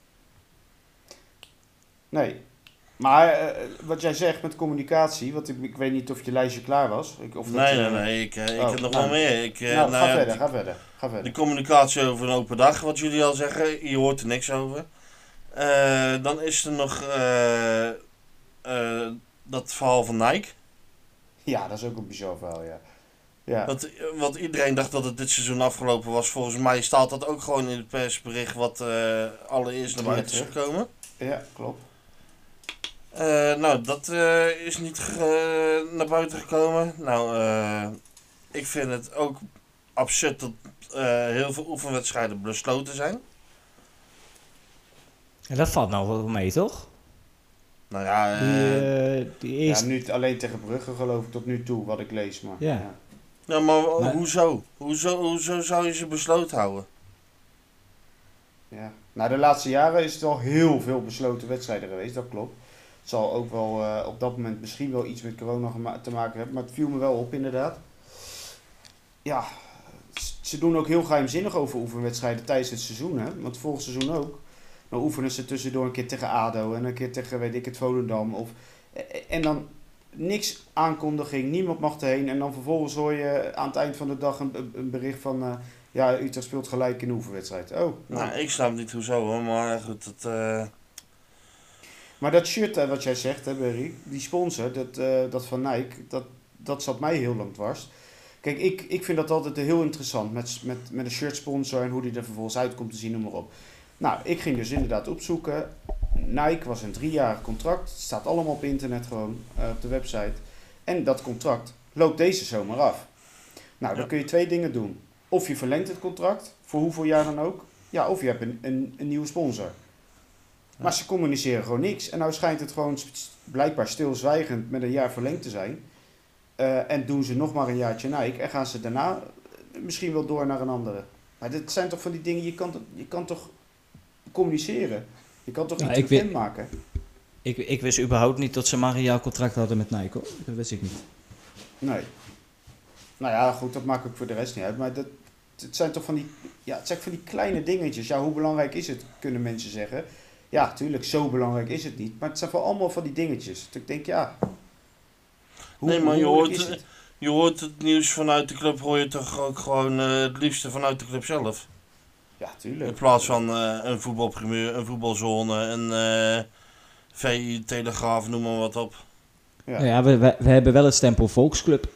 Nee. Maar eh, wat jij zegt met communicatie, want ik, ik weet niet of je lijstje klaar was. Ik, of dat, Nee, nee, eh, nee, ik, eh, ik oh, heb nog nou. wel meer. Ik, eh, Nou, nou ga ja, verder, die- ga verder. Ga verder. De communicatie over een open dag, wat jullie al zeggen, je hoort er niks over. Eh, dan is er nog eh, eh, dat verhaal van Nike. Ja, dat is ook een bizar verhaal, ja. Ja, Want, want iedereen dacht dat het dit seizoen afgelopen was. Volgens mij staat dat ook gewoon in het persbericht wat eh allereerst naar Drie buiten is jaar terug. gekomen. ja klopt. Eh, nou, dat eh, is niet ge- naar buiten gekomen. Nou, eh, ik vind het ook absurd dat eh, heel veel oefenwedstrijden besloten zijn. En dat valt nou wel mee, toch? Nou ja, Die, eh, eh, die Ja, eerste... nu alleen tegen Brugge geloof ik tot nu toe, wat ik lees. Maar, Ja. ja. ja, maar, Maar- hoezo? hoezo? Hoezo zou je ze besloten houden? Ja. Nou, de laatste jaren is het al heel veel besloten wedstrijden geweest, dat klopt. Het zal ook wel eh, op dat moment misschien wel iets met corona gema- te maken hebben, maar het viel me wel op inderdaad. Ja, s- ze doen ook heel geheimzinnig over oefenwedstrijden tijdens het seizoen, hè? Want vorig seizoen ook. Dan oefenen ze tussendoor een keer tegen ADO en een keer tegen, weet ik het, Volendam. Of, eh, en dan niks aankondiging, niemand mag erheen. En dan vervolgens hoor je aan het eind van de dag een, een bericht van... eh, ja, Utrecht speelt gelijk in de oefenwedstrijd. Oh, nou. Nou, ik snap niet hoezo hoor, maar goed, dat... eh, Maar dat shirt eh, wat jij zegt, hè, Berry, die sponsor, dat, eh, dat van Nike, dat, dat zat mij heel lang dwars. Kijk, ik, ik vind dat altijd heel interessant met, met, met een shirt sponsor en hoe die er vervolgens uitkomt te zien, noem maar op. Nou, ik ging dus inderdaad opzoeken. Nike was een driejarig contract. Het staat allemaal op internet gewoon, uh, op de website. En dat contract loopt deze zomer af. Nou, dan Ja. kun je twee dingen doen. Of je verlengt het contract, voor hoeveel jaar dan ook. Ja, of je hebt een, een, een nieuwe sponsor. Maar ze communiceren gewoon niks. En nou schijnt het gewoon st- blijkbaar stilzwijgend met een jaar verlengd te zijn. Uh, en doen ze nog maar een jaartje Nike. En gaan ze daarna misschien wel door naar een andere. Maar dit zijn toch van die dingen, je kan, toch- je kan toch communiceren. Je kan toch Ja, iets ik weet- bekend maken. Ik, ik wist überhaupt niet dat ze maar een jaar contract hadden met Nike, hoor. Dat wist ik niet. Nee. Nou ja, goed, dat maakt ook voor de rest niet uit. Maar dat, het zijn toch van die, ja, het zijn van die kleine dingetjes. Ja, hoe belangrijk is het, kunnen mensen zeggen. Ja, tuurlijk, zo belangrijk is het niet. Maar het zijn wel allemaal van die dingetjes. Dat ik denk, ja... Hoe, Nee, maar je hoe moeilijk hoort, is het? je hoort het nieuws vanuit de club, hoor je toch ook gewoon eh, het liefste vanuit de club zelf. Ja, In tuurlijk. plaats van eh, een voetbalprimeur, een voetbalzone, een eh V I, Telegraaf, noem maar wat op. Ja. Nou ja, we, we, we hebben wel het stempel Volksclub,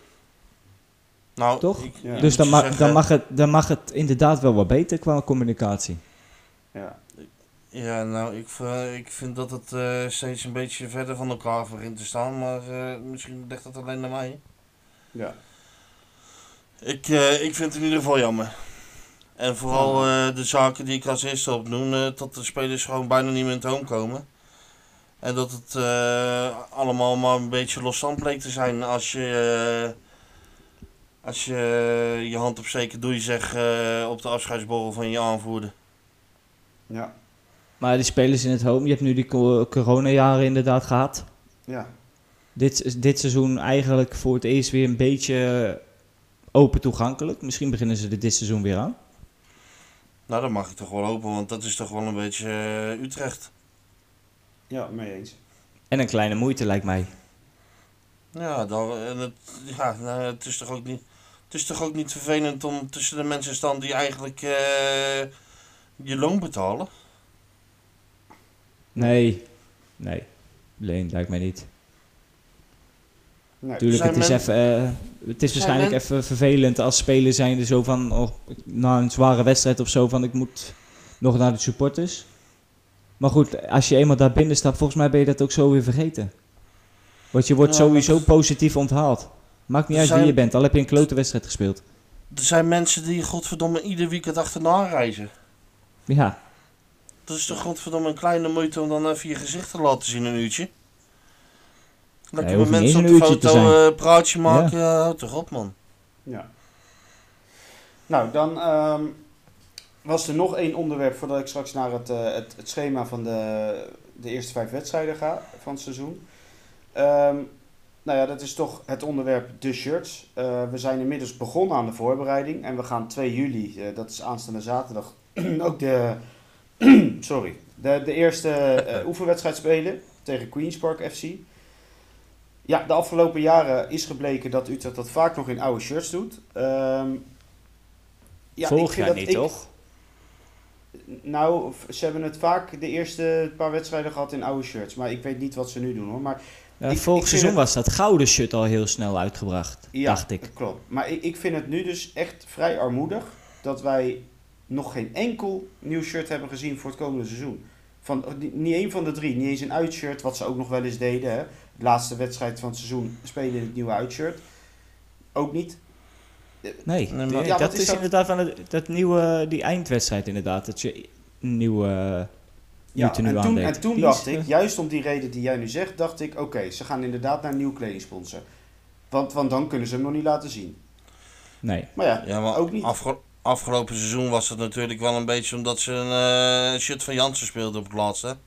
Nou, toch? ik- Ja. ik Dus moet dan, je ma- zeggen, dan, mag het, dan mag het inderdaad wel wat beter qua communicatie. Ja. Ja, nou, ik, v- ik vind dat het eh, steeds een beetje verder van elkaar begint te staan, maar eh, misschien ligt dat alleen naar mij. Ja. Ik, eh, ik vind het in ieder geval jammer. En vooral eh, de zaken die ik als eerste opnoem, eh, dat de spelers gewoon bijna niet meer in het home komen. En dat het eh, allemaal maar een beetje losstand bleek te zijn als je, eh, als je je hand opsteken doe je zeg eh, op de afscheidsborrel van je aanvoerder. Ja. Maar die spelers in het home, je hebt nu die co- coronajaren inderdaad gehad. Ja. Dit, dit seizoen eigenlijk voor het eerst weer een beetje open toegankelijk. Misschien beginnen ze er dit seizoen weer aan. Nou, dat mag ik toch wel hopen, want dat is toch wel een beetje eh, Utrecht. Ja, mee eens. En een kleine moeite lijkt mij. Ja, dan, en het, ja nou, het, is toch ook niet, het is toch ook niet vervelend om tussen de mensen te staan die eigenlijk eh, je loon betalen. Nee, nee. Leen lijkt mij niet. Nee. Tuurlijk, Zijn het is, men- even, eh, het is zijn waarschijnlijk men- even vervelend als speler zijnde zo van, oh, na een zware wedstrijd of zo, van ik moet nog naar de supporters. Maar goed, als je eenmaal daar binnen staat, volgens mij ben je dat ook zo weer vergeten. Want je wordt Ja, sowieso dat- positief onthaald. Maakt niet Er uit wie zijn- je bent, al heb je een klote wedstrijd gespeeld. Er zijn mensen die godverdomme ieder weekend achterna reizen. Ja, Dat is toch godverdomme een kleine moeite om dan even je gezicht te laten zien een uurtje. Lekker hoeft met niet mensen op eens de een uurtje te foto zijn. eh praatje maken, ja. Houd toch op man. Ja. Nou, dan ehm, was er nog één onderwerp voordat ik straks naar het, eh, het, het schema van de, de eerste vijf wedstrijden ga van het seizoen. Ehm, nou ja, dat is toch het onderwerp de shirts. Eh, we zijn inmiddels begonnen aan de voorbereiding en we gaan twee juli, eh, dat is aanstaande zaterdag, ook de, sorry, de, de eerste eh, oefenwedstrijd spelen tegen Queen's Park F C. Ja, de afgelopen jaren is gebleken dat Utrecht dat vaak nog in oude shirts doet. Ehm ja, volg ik vind jij dat niet, ik- toch? Nou, ze hebben het vaak de eerste paar wedstrijden gehad in oude shirts. Maar ik weet niet wat ze nu doen hoor. Maar Ja, ik- vorig ik vind seizoen het- was dat gouden shirt al heel snel uitgebracht, ja, dacht ik. dat klopt. Maar ik, ik vind het nu dus echt vrij armoedig dat wij nog geen enkel nieuw shirt hebben gezien voor het komende seizoen. Van, niet één van de drie, niet eens een uitshirt, wat ze ook nog wel eens deden. Hè. De laatste wedstrijd van het seizoen spelen in het nieuwe uitshirt. Ook niet. Nee, Nee, maar- die- Ja, dat wat is is dat? inderdaad van het, dat nieuwe, die eindwedstrijd inderdaad. Dat je een nieuwe uh, Ja, tenue en toen, aandeed. en toen Die dacht is, ik, eh, juist om die reden die jij nu zegt, dacht ik, oké, ze gaan inderdaad naar een nieuw kledingsponsor. Want, want dan kunnen ze hem nog niet laten zien. Nee. Maar ja, Ja, maar ook niet. afge- afgelopen seizoen was het natuurlijk wel een beetje omdat ze een eh, shirt van Jansen speelden op het laatste. Ja,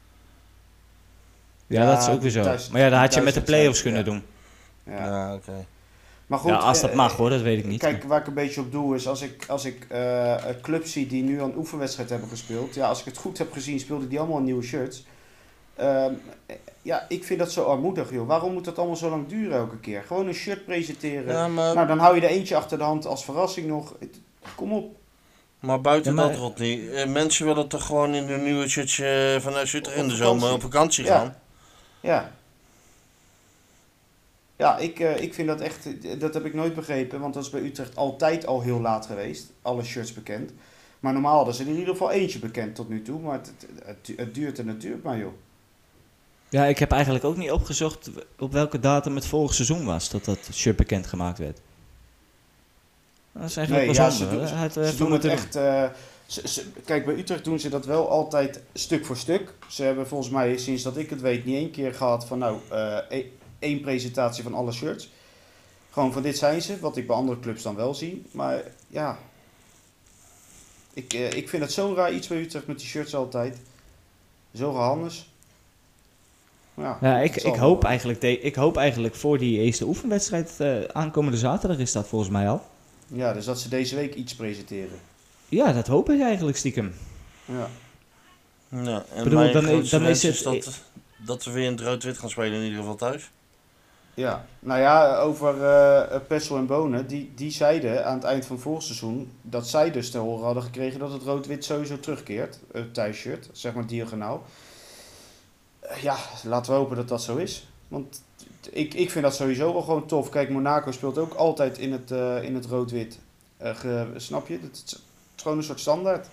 Ja, dat is ook weer zo. thuis- maar ja, dat had je thuis- met de play-offs ja. kunnen doen. Ja. Ja, oké. Maar goed, Ja, als dat eh, mag hoor, dat weet ik niet. Kijk, waar ik een beetje op doe is, als ik, als ik eh, een club zie die nu een oefenwedstrijd hebben gespeeld. Ja, als ik het goed heb gezien, speelden die allemaal in nieuwe shirts. Ehm, ja, ik vind dat zo armoedig, joh. Waarom moet dat allemaal zo lang duren elke keer? Gewoon een shirt presenteren. Ja, maar, Nou, dan hou je er eentje achter de hand als verrassing nog. Het- Kom op. maar buiten Ja, maar- dat rot niet. Eh, mensen willen toch gewoon in hun nieuwe shirtje van Utrecht in de Op zomer vakantie. op vakantie Ja. gaan. Ja. Ja, ik, uh, ik vind dat echt, dat heb ik nooit begrepen, want dat is bij Utrecht altijd al heel laat geweest. Alle shirts bekend. Maar normaal is er in ieder geval eentje bekend tot nu toe, maar het, het, het, het duurt en het duurt maar joh. Ja, ik heb eigenlijk ook niet opgezocht op welke datum het vorig seizoen was dat dat shirt bekend gemaakt werd. Dat is eigenlijk Nee, wel ja, zonde. ze, doen, het, ze, uh, ze doen het moeten... echt... Uh, ze, ze, kijk, bij Utrecht doen ze dat wel altijd stuk voor stuk. Ze hebben volgens mij, sinds dat ik het weet, niet één keer gehad van nou, uh, e- één presentatie van alle shirts. Gewoon van dit zijn ze, wat ik bij andere clubs dan wel zie. Maar ja, ik, uh, ik vind het zo'n raar iets bij Utrecht met die shirts altijd. Zo gehandels. Ja, ja ik, ik, hoop eigenlijk de, ik hoop eigenlijk voor die eerste oefenwedstrijd uh, aankomende zaterdag is dat volgens mij al. Ja, dus dat ze deze week iets presenteren. Ja, dat hoop ik eigenlijk stiekem. Ja. Ja, en bedoel, mijn dan, grootste dan wens is het... is dat, dat we weer in het rood-wit gaan spelen, in ieder geval thuis. Ja, nou ja, over uh, Pessel en Bonen, die, die zeiden aan het eind van vorig seizoen dat zij dus te horen hadden gekregen dat het rood-wit sowieso terugkeert, het thuisshirt, zeg maar diagonaal. Uh, ja, laten we hopen dat dat zo is. Want ik, ik vind dat sowieso wel gewoon tof. Kijk, Monaco speelt ook altijd in het, uh, in het rood-wit. Uh, ge, snap je? Het is gewoon een soort standaard.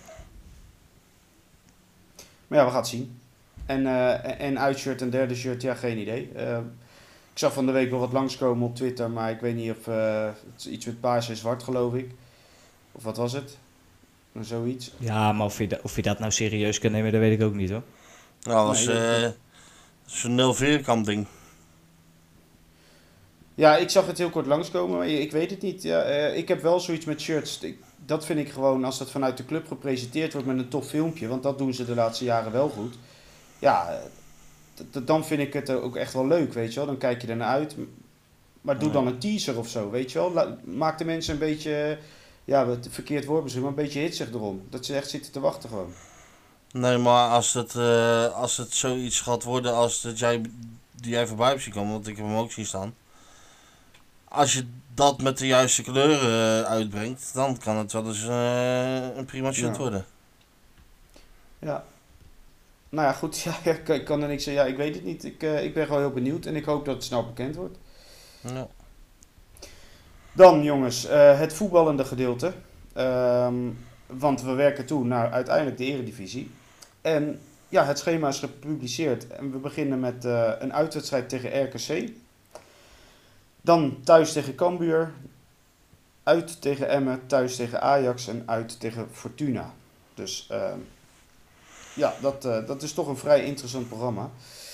Maar ja, we gaan het zien. En, uh, en uitshirt en derde shirt, ja, geen idee. Uh, ik zag van de week wel wat langskomen op Twitter, maar ik weet niet of uh, het iets met paars en zwart, geloof ik. Of wat was het? Zoiets. Ja, maar of je, da- of je dat nou serieus kan nemen, dat weet ik ook niet hoor. Nou, dat is Nee, uh, zo'n nul veerkamp ding. Ja, ik zag het heel kort langskomen, maar ik weet het niet. Ja, uh, ik heb wel zoiets met shirts. Ik, dat vind ik gewoon, als dat vanuit de club gepresenteerd wordt met een tof filmpje, want dat doen ze de laatste jaren wel goed. Ja, d- d- dan vind ik het ook echt wel leuk, weet je wel. Dan kijk je ernaar uit. Maar doe dan een teaser of zo, weet je wel. La- maak de mensen een beetje, ja, het verkeerd woord misschien, maar een beetje hitsig erom. Dat ze echt zitten te wachten gewoon. Nee, maar als het, uh, als het zoiets gaat worden als dat jij, die jij voorbij hebt zien komen, want ik heb hem ook zien staan. Als je dat met de juiste kleuren uh, uitbrengt, dan kan het wel eens uh, een prima shirt Ja. worden. Ja. Nou ja, goed. Ja, ik, ik kan er niks zeggen. Ja, ik weet het niet. Ik, uh, ik ben gewoon heel benieuwd en ik hoop dat het snel bekend wordt. Ja. Dan jongens, uh, het voetballende gedeelte. Um, want we werken toe naar uiteindelijk de eredivisie. En ja, het schema is gepubliceerd. En we beginnen met uh, een uitwedstrijd tegen R K C. Dan thuis tegen Cambuur. Uit tegen Emmen, thuis tegen Ajax en uit tegen Fortuna. Dus uh, ja, dat, uh, dat is toch een vrij interessant programma.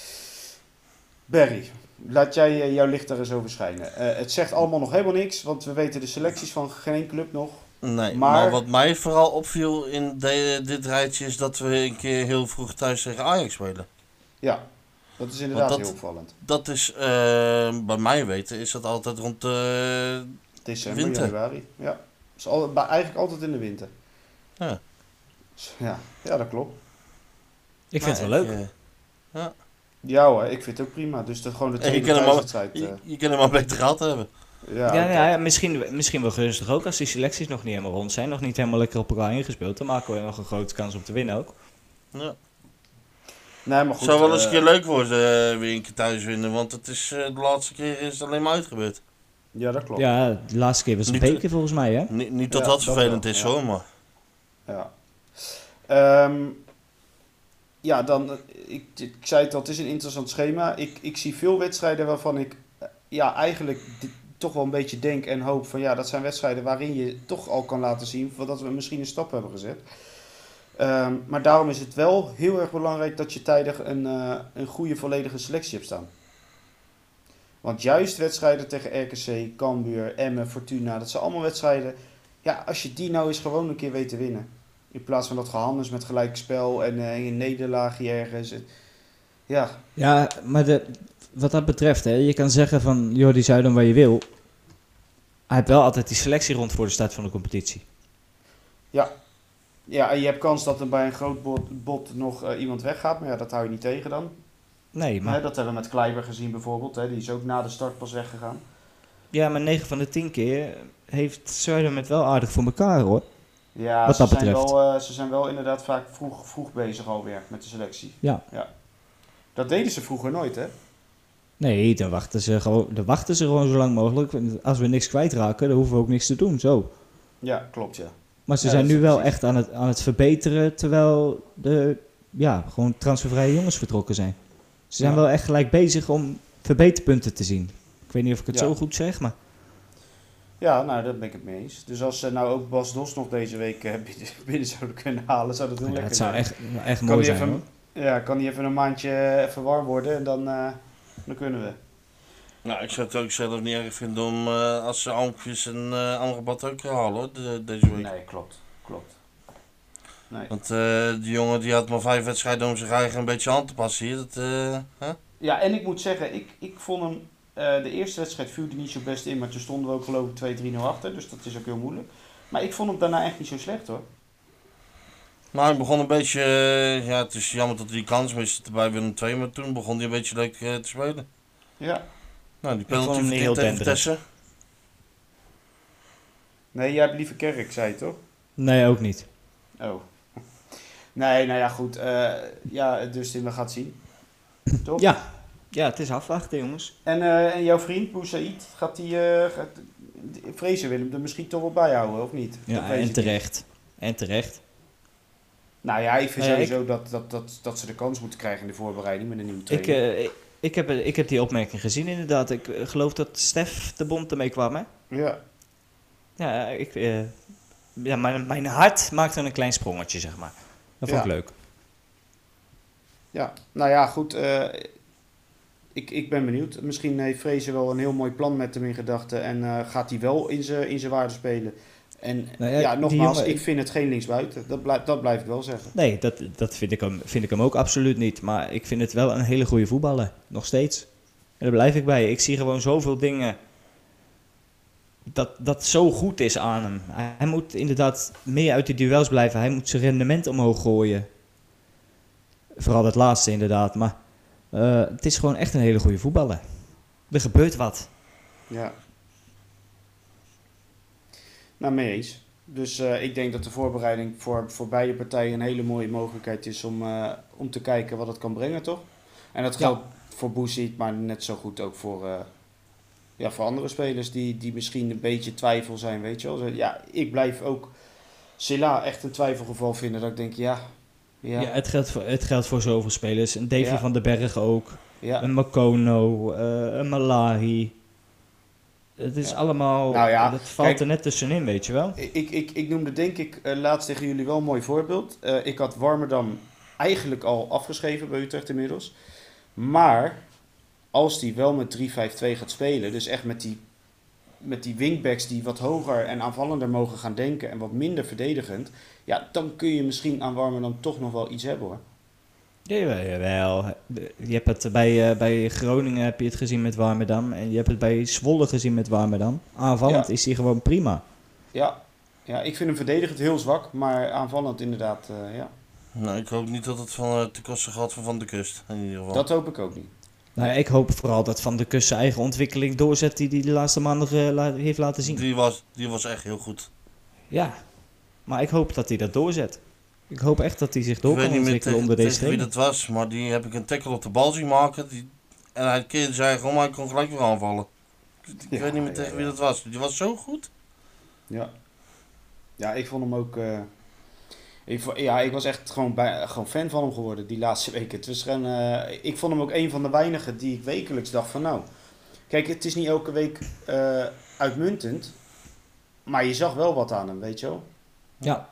Barry, laat jij uh, jouw licht er eens over schijnen. Uh, het zegt allemaal nog helemaal niks, want we weten de selecties van geen club nog. Nee, Maar- maar... wat mij vooral opviel in de, dit rijtje is dat we een keer heel vroeg thuis tegen Ajax spelen. Ja, dat is inderdaad dat- heel opvallend. Dat is, uh, bij mij weten, is dat altijd rond de... December, winter. januari. Ja, is al, maar eigenlijk altijd in de winter. Ja. Ja, ja dat klopt. Ik vind het wel leuk. Uh, Ja hoor, ik vind het ook prima. Dus dat gewoon de En je tweede kan hem al- thuiswedstrijd. je, Uh, je kan hem maar beter gehad hebben. ja, Ja, oké. ja, ja misschien, misschien wel gunstig ook als die selecties nog niet helemaal rond zijn. Nog niet helemaal lekker op elkaar ingespeeld. Dan maken we nog een grote kans om te winnen ook. Ja. Nee, maar goed. Zou wel eens een uh, keer leuk worden, uh, weer een keer thuis winnen, want het is, uh, de laatste keer is het alleen maar uitgebeurd. Ja, dat klopt. Ja, de laatste keer was het een Niet- beker volgens mij hè. Niet, niet dat Ja, dat dat vervelend wel, is ja. hoor, maar... Ja. Ehm, ja, dan, eh, ik, ik zei het al, het is een interessant schema. Ik, ik zie veel wedstrijden waarvan ik eh, ja, eigenlijk di- toch wel een beetje denk en hoop van ja, dat zijn wedstrijden waarin je toch al kan laten zien dat we misschien een stap hebben gezet. Ehm, maar daarom is het wel heel erg belangrijk dat je tijdig een, eh, een goede volledige selectie hebt staan. Want juist wedstrijden tegen R K C, Cambuur, Emmen, Fortuna, dat zijn allemaal wedstrijden. Ja, als je die nou eens gewoon een keer weet te winnen. In plaats van dat gehandels met gelijk spel en uh, een nederlaagje ergens. En, ja, Ja, maar de, wat dat betreft, hè, je kan zeggen van Jordi Zuidam waar je wil. Hij heeft wel altijd die selectie rond voor de start van de competitie. ja. Ja, en je hebt kans dat er bij een groot bot, bot nog uh, iemand weggaat. Maar ja, dat hou je niet tegen dan. Nee, maar, Hè, dat hebben we met Kleiber gezien bijvoorbeeld. Hè, die is ook na de start pas weggegaan. ja, maar negen van de tien keer heeft Zuidam het wel aardig voor elkaar hoor. Ja, Wat ze, dat zijn betreft. wel, uh, ze zijn wel inderdaad vaak vroeg, vroeg bezig alweer met de selectie. Ja. ja. Dat deden ze vroeger nooit, hè? Nee, dan wachten ze gewoon, dan wachten ze gewoon zo lang mogelijk. Als we niks kwijtraken, dan hoeven we ook niks te doen. Zo. Ja, klopt, ja. Maar ze Ja, zijn dat nu is wel precies. echt aan het, aan het verbeteren, terwijl de ja, gewoon transfervrije jongens vertrokken zijn. Ze zijn Ja. wel echt gelijk bezig om verbeterpunten te zien. Ik weet niet of ik het Ja. zo goed zeg, maar Ja, nou, daar ben ik het mee eens. Dus als ze nou ook Bas Dos nog deze week eh, binnen, binnen zouden kunnen halen, zou dat heel ja, lekker het zou zijn. echt, echt Kan mooi die zijn, even, hoor. ja, kan die even een maandje even warm worden en dan, eh, dan kunnen we. Nou, ik zou het ook zelf niet erg vinden om eh, als ze Almpjes en uh, Amrabat ook gaan halen hoor, de- deze week. Nee, klopt. Klopt. Nee. Want eh, die jongen die had maar vijf wedstrijden om zich eigen een beetje aan te passen hier. Dat, eh, hè? Ja, en ik moet zeggen, ik, ik vond hem, eh, de eerste wedstrijd viel hij niet zo best in, maar toen stonden we ook geloof ik twee drie nul achter, dus dat is ook heel moeilijk. Maar ik vond hem daarna echt niet zo slecht hoor. Nou, hij begon een beetje, eh, ja het is jammer dat hij die kans miste bij Willem twee, maar toen begon hij een beetje leuk eh, te spelen. Ja. Nou, die vond penalty hem niet verdiend heel tegen denderend. Vitesse. Nee, jij hebt liever Kerk, zei je toch? Nee, ook niet. Oh. Nee, nou ja, goed. eh ja, dus we gaan het zien. Toch? Ja. Ja, het is afwachten, jongens. En, eh, en jouw vriend, Boussaïd, gaat die, eh gaat, vrezen wil hem er misschien toch wel bijhouden, of niet? Dat Ja, weet en ik niet. terecht. En terecht. Nou ja, ik vind Nou ja, sowieso dat, dat, dat, dat ze de kans moeten krijgen in de voorbereiding met een nieuwe Ik, trainer. eh, ik, ik, heb, ik heb die opmerking gezien, inderdaad. Ik eh, geloof dat Stef de Bond ermee kwam, hè? Ja, Ja, ik, eh, ja mijn, mijn hart maakte een klein sprongetje, zeg maar. Dat vond ik Ja. leuk. ja, nou ja, goed. eh, ik, ik ben benieuwd. Misschien heeft Vrezen wel een heel mooi plan met hem in gedachten en eh, gaat hij wel in zijn in zijn waarde spelen. En Nou ja, ja, die nogmaals, jongen- ik vind het geen linksbuiten. Dat, blijf, dat blijf ik wel zeggen. Nee, dat, dat vind, ik hem, vind ik hem ook absoluut niet. Maar ik vind het wel een hele goede voetballer. Nog steeds. En daar blijf ik bij. Ik zie gewoon zoveel dingen dat, dat zo goed is aan hem. Hij moet inderdaad meer uit die duels blijven. Hij moet zijn rendement omhoog gooien. Vooral dat laatste inderdaad. Maar eh, het is gewoon echt een hele goede voetballer. Er gebeurt wat. Ja. Nou, mee eens. Dus eh, ik denk dat de voorbereiding voor, voor beide partijen een hele mooie mogelijkheid is om, eh, om te kijken wat het kan brengen, toch? En dat Ja. geldt voor Bouzid, maar net zo goed ook voor, eh, ja, voor andere spelers die, die misschien een beetje twijfel zijn, weet je wel. Zo, ja, ik blijf ook Silla echt een twijfelgeval vinden, dat ik denk, ja, ja, Ja, ja, het, geldt voor, het geldt voor zoveel spelers. Een Davy Ja. van den Berg ook. ja. Een Makono. eh, een Malahi. Het is Ja. allemaal... Nou ja, het valt kijk- er net tussenin, weet je wel. Ik, ik, ik noemde denk ik eh, laatst tegen jullie wel een mooi voorbeeld. Eh, ik had Warmerdam eigenlijk al afgeschreven bij Utrecht inmiddels. Maar als die wel met drie vijf twee gaat spelen, dus echt met die, met die wingbacks die wat hoger en aanvallender mogen gaan denken en wat minder verdedigend, ja, dan kun je misschien aan Warmerdam toch nog wel iets hebben hoor. Jawel, jawel. Je hebt het bij, eh, bij Groningen heb je het gezien met Warmerdam. En je hebt het bij Zwolle gezien met Warmerdam. Aanvallend Ja. is hij gewoon prima. Ja, ja, ik vind hem verdedigend heel zwak, maar aanvallend inderdaad, eh, ja. Nou, ik hoop niet dat het van uh, te kosten gaat van Van de Kust, in ieder geval. Dat hoop ik ook niet. Nou, ik hoop vooral dat Van der Kus zijn eigen ontwikkeling doorzet die hij de laatste maanden eh, la- heeft laten zien. Die was, die was echt heel goed. Ja, maar ik hoop dat hij dat doorzet. Ik hoop echt dat hij zich door Ik weet kan niet meer ontwikkelen tegen, onder deze tegen wie trainer. dat was, maar die heb ik een tackle op de bal zien maken. Die, en hij keerde zijn eigen om, hij kon gelijk weer aanvallen. Ik, ik Ja, weet niet meer ja, tegen ja. wie dat was. Die was zo goed. Ja. Ja, ik vond hem ook. eh, ik, vo- ja, ik was echt gewoon, bij, gewoon fan van hem geworden die laatste weken. Het was gewoon, eh, ik vond hem ook een van de weinigen die ik wekelijks dacht van nou. Kijk, het is niet elke week eh, uitmuntend. Maar je zag wel wat aan hem, weet je wel. Ja,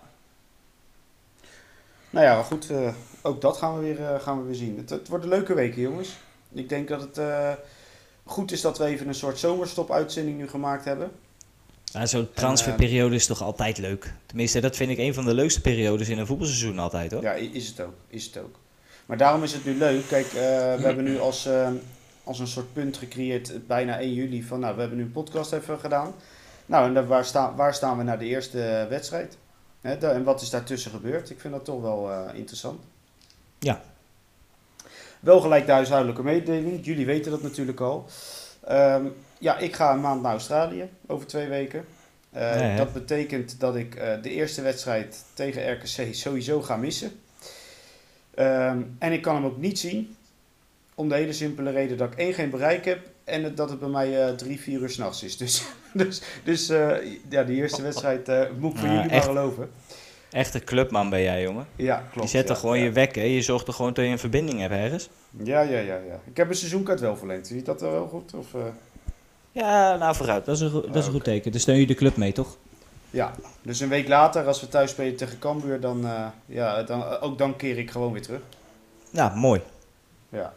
Nou ja, maar goed. eh, ook dat gaan we weer, eh, gaan we weer zien. Het, het worden leuke weken, jongens. Ik denk dat het eh, goed is dat we even een soort zomerstop-uitzending nu gemaakt hebben. ja zo'n transferperiode is toch altijd leuk. Tenminste, dat vind ik een van de leukste periodes in een voetbalseizoen altijd, hoor. Ja, i- is het ook. Is het ook. Maar daarom is het nu leuk. Kijk, eh, we hebben nu als, eh, als een soort punt gecreëerd, eh, bijna één juli, van nou, we hebben nu een podcast even gedaan. Nou, en daar, waar, sta, waar staan we naar de eerste eh, wedstrijd? Hè, da- en wat is daartussen gebeurd? Ik vind dat toch wel eh, interessant. Ja. Wel gelijk de huishoudelijke mededeling. Jullie weten dat natuurlijk al. Ehm, ja, ik ga een maand naar Australië, over twee weken. Eh, Nee, hè? dat betekent dat ik eh, de eerste wedstrijd tegen R K C sowieso ga missen. Ehm, en ik kan hem ook niet zien, Om de hele simpele reden dat ik één geen bereik heb en het, dat het bij mij uh, drie, vier uur s'nachts is. Dus, dus, dus uh, ja, die eerste wedstrijd uh, moet ik voor Ja, jullie echt. maar geloven. Echte clubman ben jij, jongen. Ja, klopt. Je zet er ja, gewoon ja. je wekker. Je zorgt er gewoon dat je een verbinding hebt ergens. Ja, ja, ja, ja. Ik heb een seizoenkaart wel verlengd. Zie je dat wel goed? Of, uh... Ja, nou vooruit. Dat is een, go- dat is een goed teken. Dan steun je de club mee, toch? Ja, dus een week later, als we thuis spelen tegen Cambuur, dan, uh, ja, dan, uh, ook dan keer ik gewoon weer terug. Nou, mooi. Ja.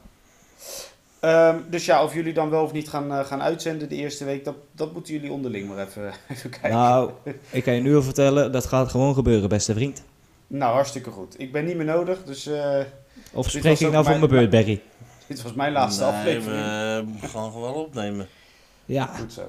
Um, dus ja, of jullie dan wel of niet gaan, uh, gaan uitzenden de eerste week, dat, dat moeten jullie onderling maar even, even kijken. Nou, ik kan je nu al vertellen, dat gaat gewoon gebeuren, beste vriend. Nou, hartstikke goed. Ik ben niet meer nodig, dus... Uh, Of dit spreek was ik ook nou voor mijn- mijn beurt, Barry? Dit was mijn laatste nee, aflevering. we gaan gewoon opnemen. Ja. Goed zo.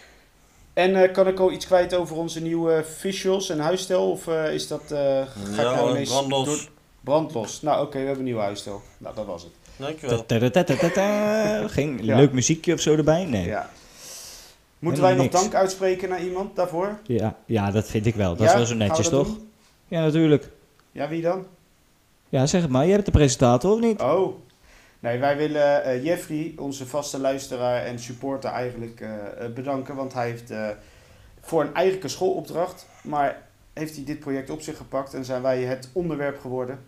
En uh, kan ik al iets kwijt over onze nieuwe visuals en huisstijl? Of uh, is dat... Uh, ga ik Ja, nou ineens brandlos. door- Brandlos. Nou, oké, we hebben een nieuwe huisstijl. Nou, dat was het. Dankjewel. Ta-ta-ta-ta-ta. Geen Ja. leuk muziekje of zo erbij? Nee. Ja, Ja. Moeten wij Helemaal nog niks. dank uitspreken naar iemand daarvoor? ja, ja, dat vind ik wel. Dat Ja? is wel zo Gaan we netjes, dat toch? doen? Ja, natuurlijk. Ja, wie dan? Ja, zeg het maar. Jij bent de presentator, of niet? Oh. Nee, wij willen uh, Jeffrey, onze vaste luisteraar en supporter, eigenlijk uh, uh, bedanken. Want hij heeft uh, voor een eigen schoolopdracht, maar heeft hij dit project op zich gepakt en zijn wij het onderwerp geworden.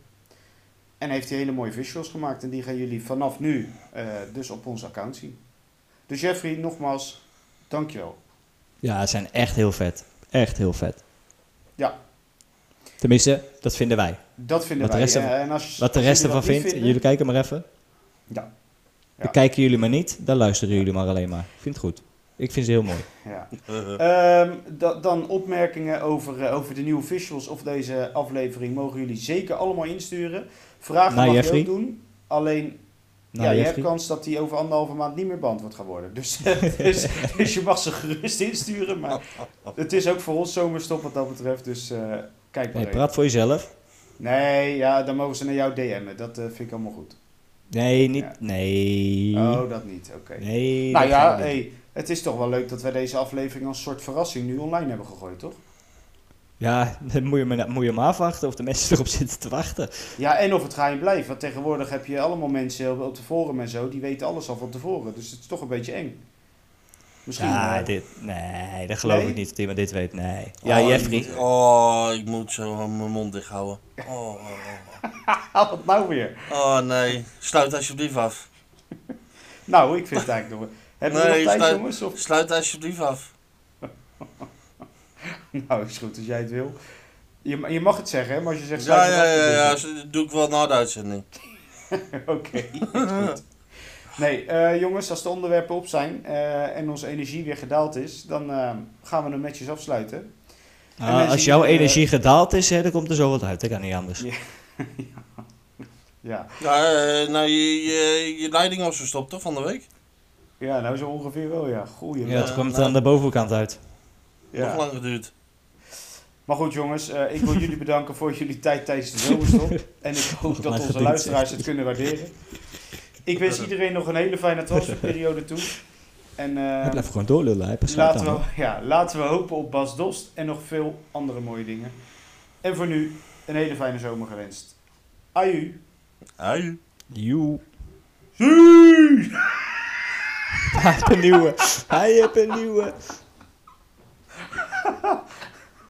En heeft hij hele mooie visuals gemaakt en die gaan jullie vanaf nu uh, dus op ons account zien. Dus Jeffrey, nogmaals, dankjewel. Ja, ze zijn echt heel vet. Echt heel vet. Ja. Tenminste, dat vinden wij. Dat vinden Wat de wij. rest er- Uh, en als, Wat de als rest jullie ervan dat niet vindt, vinden- jullie kijken maar even. Ja. Ja. Dan kijken jullie maar niet, dan luisteren jullie maar alleen maar. Ik vind het goed. Ik vind ze heel mooi. Ja. Ehm, da- dan opmerkingen over, uh, over de nieuwe visuals of deze aflevering mogen jullie zeker allemaal insturen. Vragen Naar mag je Jeffrey. ook doen. Alleen, Nou, ja, je Jeffrey. hebt kans dat die over anderhalve maand niet meer beantwoord gaan worden. Dus, dus, dus je mag ze gerust insturen. Maar het is ook voor ons zomerstop wat dat betreft. Dus uh, kijk maar Nee, even. praat voor jezelf. Nee, ja, dan mogen ze naar jou D M'en. Dat uh, vind ik allemaal goed. Nee, niet. Ja. Nee. Oh, dat niet. Oké. Nee. Nou dat ja, gaan we niet. hey, het is toch wel leuk dat wij deze aflevering als soort verrassing nu online hebben gegooid, toch? Ja, dan moet je, maar, moet je maar afwachten of de mensen erop zitten te wachten. Ja, en of het geheim blijft. Want tegenwoordig heb je allemaal mensen op de forum en zo, die weten alles al van tevoren. Dus het is toch een beetje eng. Misschien. Ja, eh, dit, nee, dat geloof Nee? ik niet dat iemand dit weet. Nee. Ja, Oh, Jeffrey. Ik moet, oh, ik moet zo mijn mond dicht houden. Oh, oh, oh. haal het nou weer. Oh, nee, sluit alsjeblieft af. Nou, ik vind het eigenlijk nog... Hebben we Nee, nog tijd, sluit- jongens? Of... Sluit alsjeblieft af. Nou, is goed als jij het wil. Je, ma- je mag het zeggen, hè? Maar als je zegt... Ja, sluit ja, het af, ja, dan ja, doe zo- dat doe ik wel na de uitzending. ik het. Oké, is goed. Nee, eh, jongens, als de onderwerpen op zijn eh, en onze energie weer gedaald is, dan eh, gaan we hem netjes afsluiten. En Ah, mensen als jouw die, eh, energie gedaald is, hè, dan komt er zo wat uit. Dat kan niet anders. Ja. Ja. Ja, eh, nou, je, je, je leiding was verstopt, toch, van de week? Ja, nou zo ongeveer wel, ja. Goeie. Ja, Ja. het komt nou- aan de bovenkant uit. Nog lang geduurd. Maar goed jongens, eh, ik wil jullie bedanken voor jullie tijd tijdens de zomerstop. En ik hoop Wat dat maar onze gediend, luisteraars zeg. het kunnen waarderen. Ik wens iedereen nog een hele fijne transferperiode toe. En eh, Hij blijft gewoon doorlullen. Hij besluit laten, dan. we, ja, laten we hopen op Bas Dost en nog veel andere mooie dingen. En voor nu, een hele fijne zomer gewenst. Aju. Ui. Joe. Zie! Hij heeft een nieuwe. Hij heeft een nieuwe.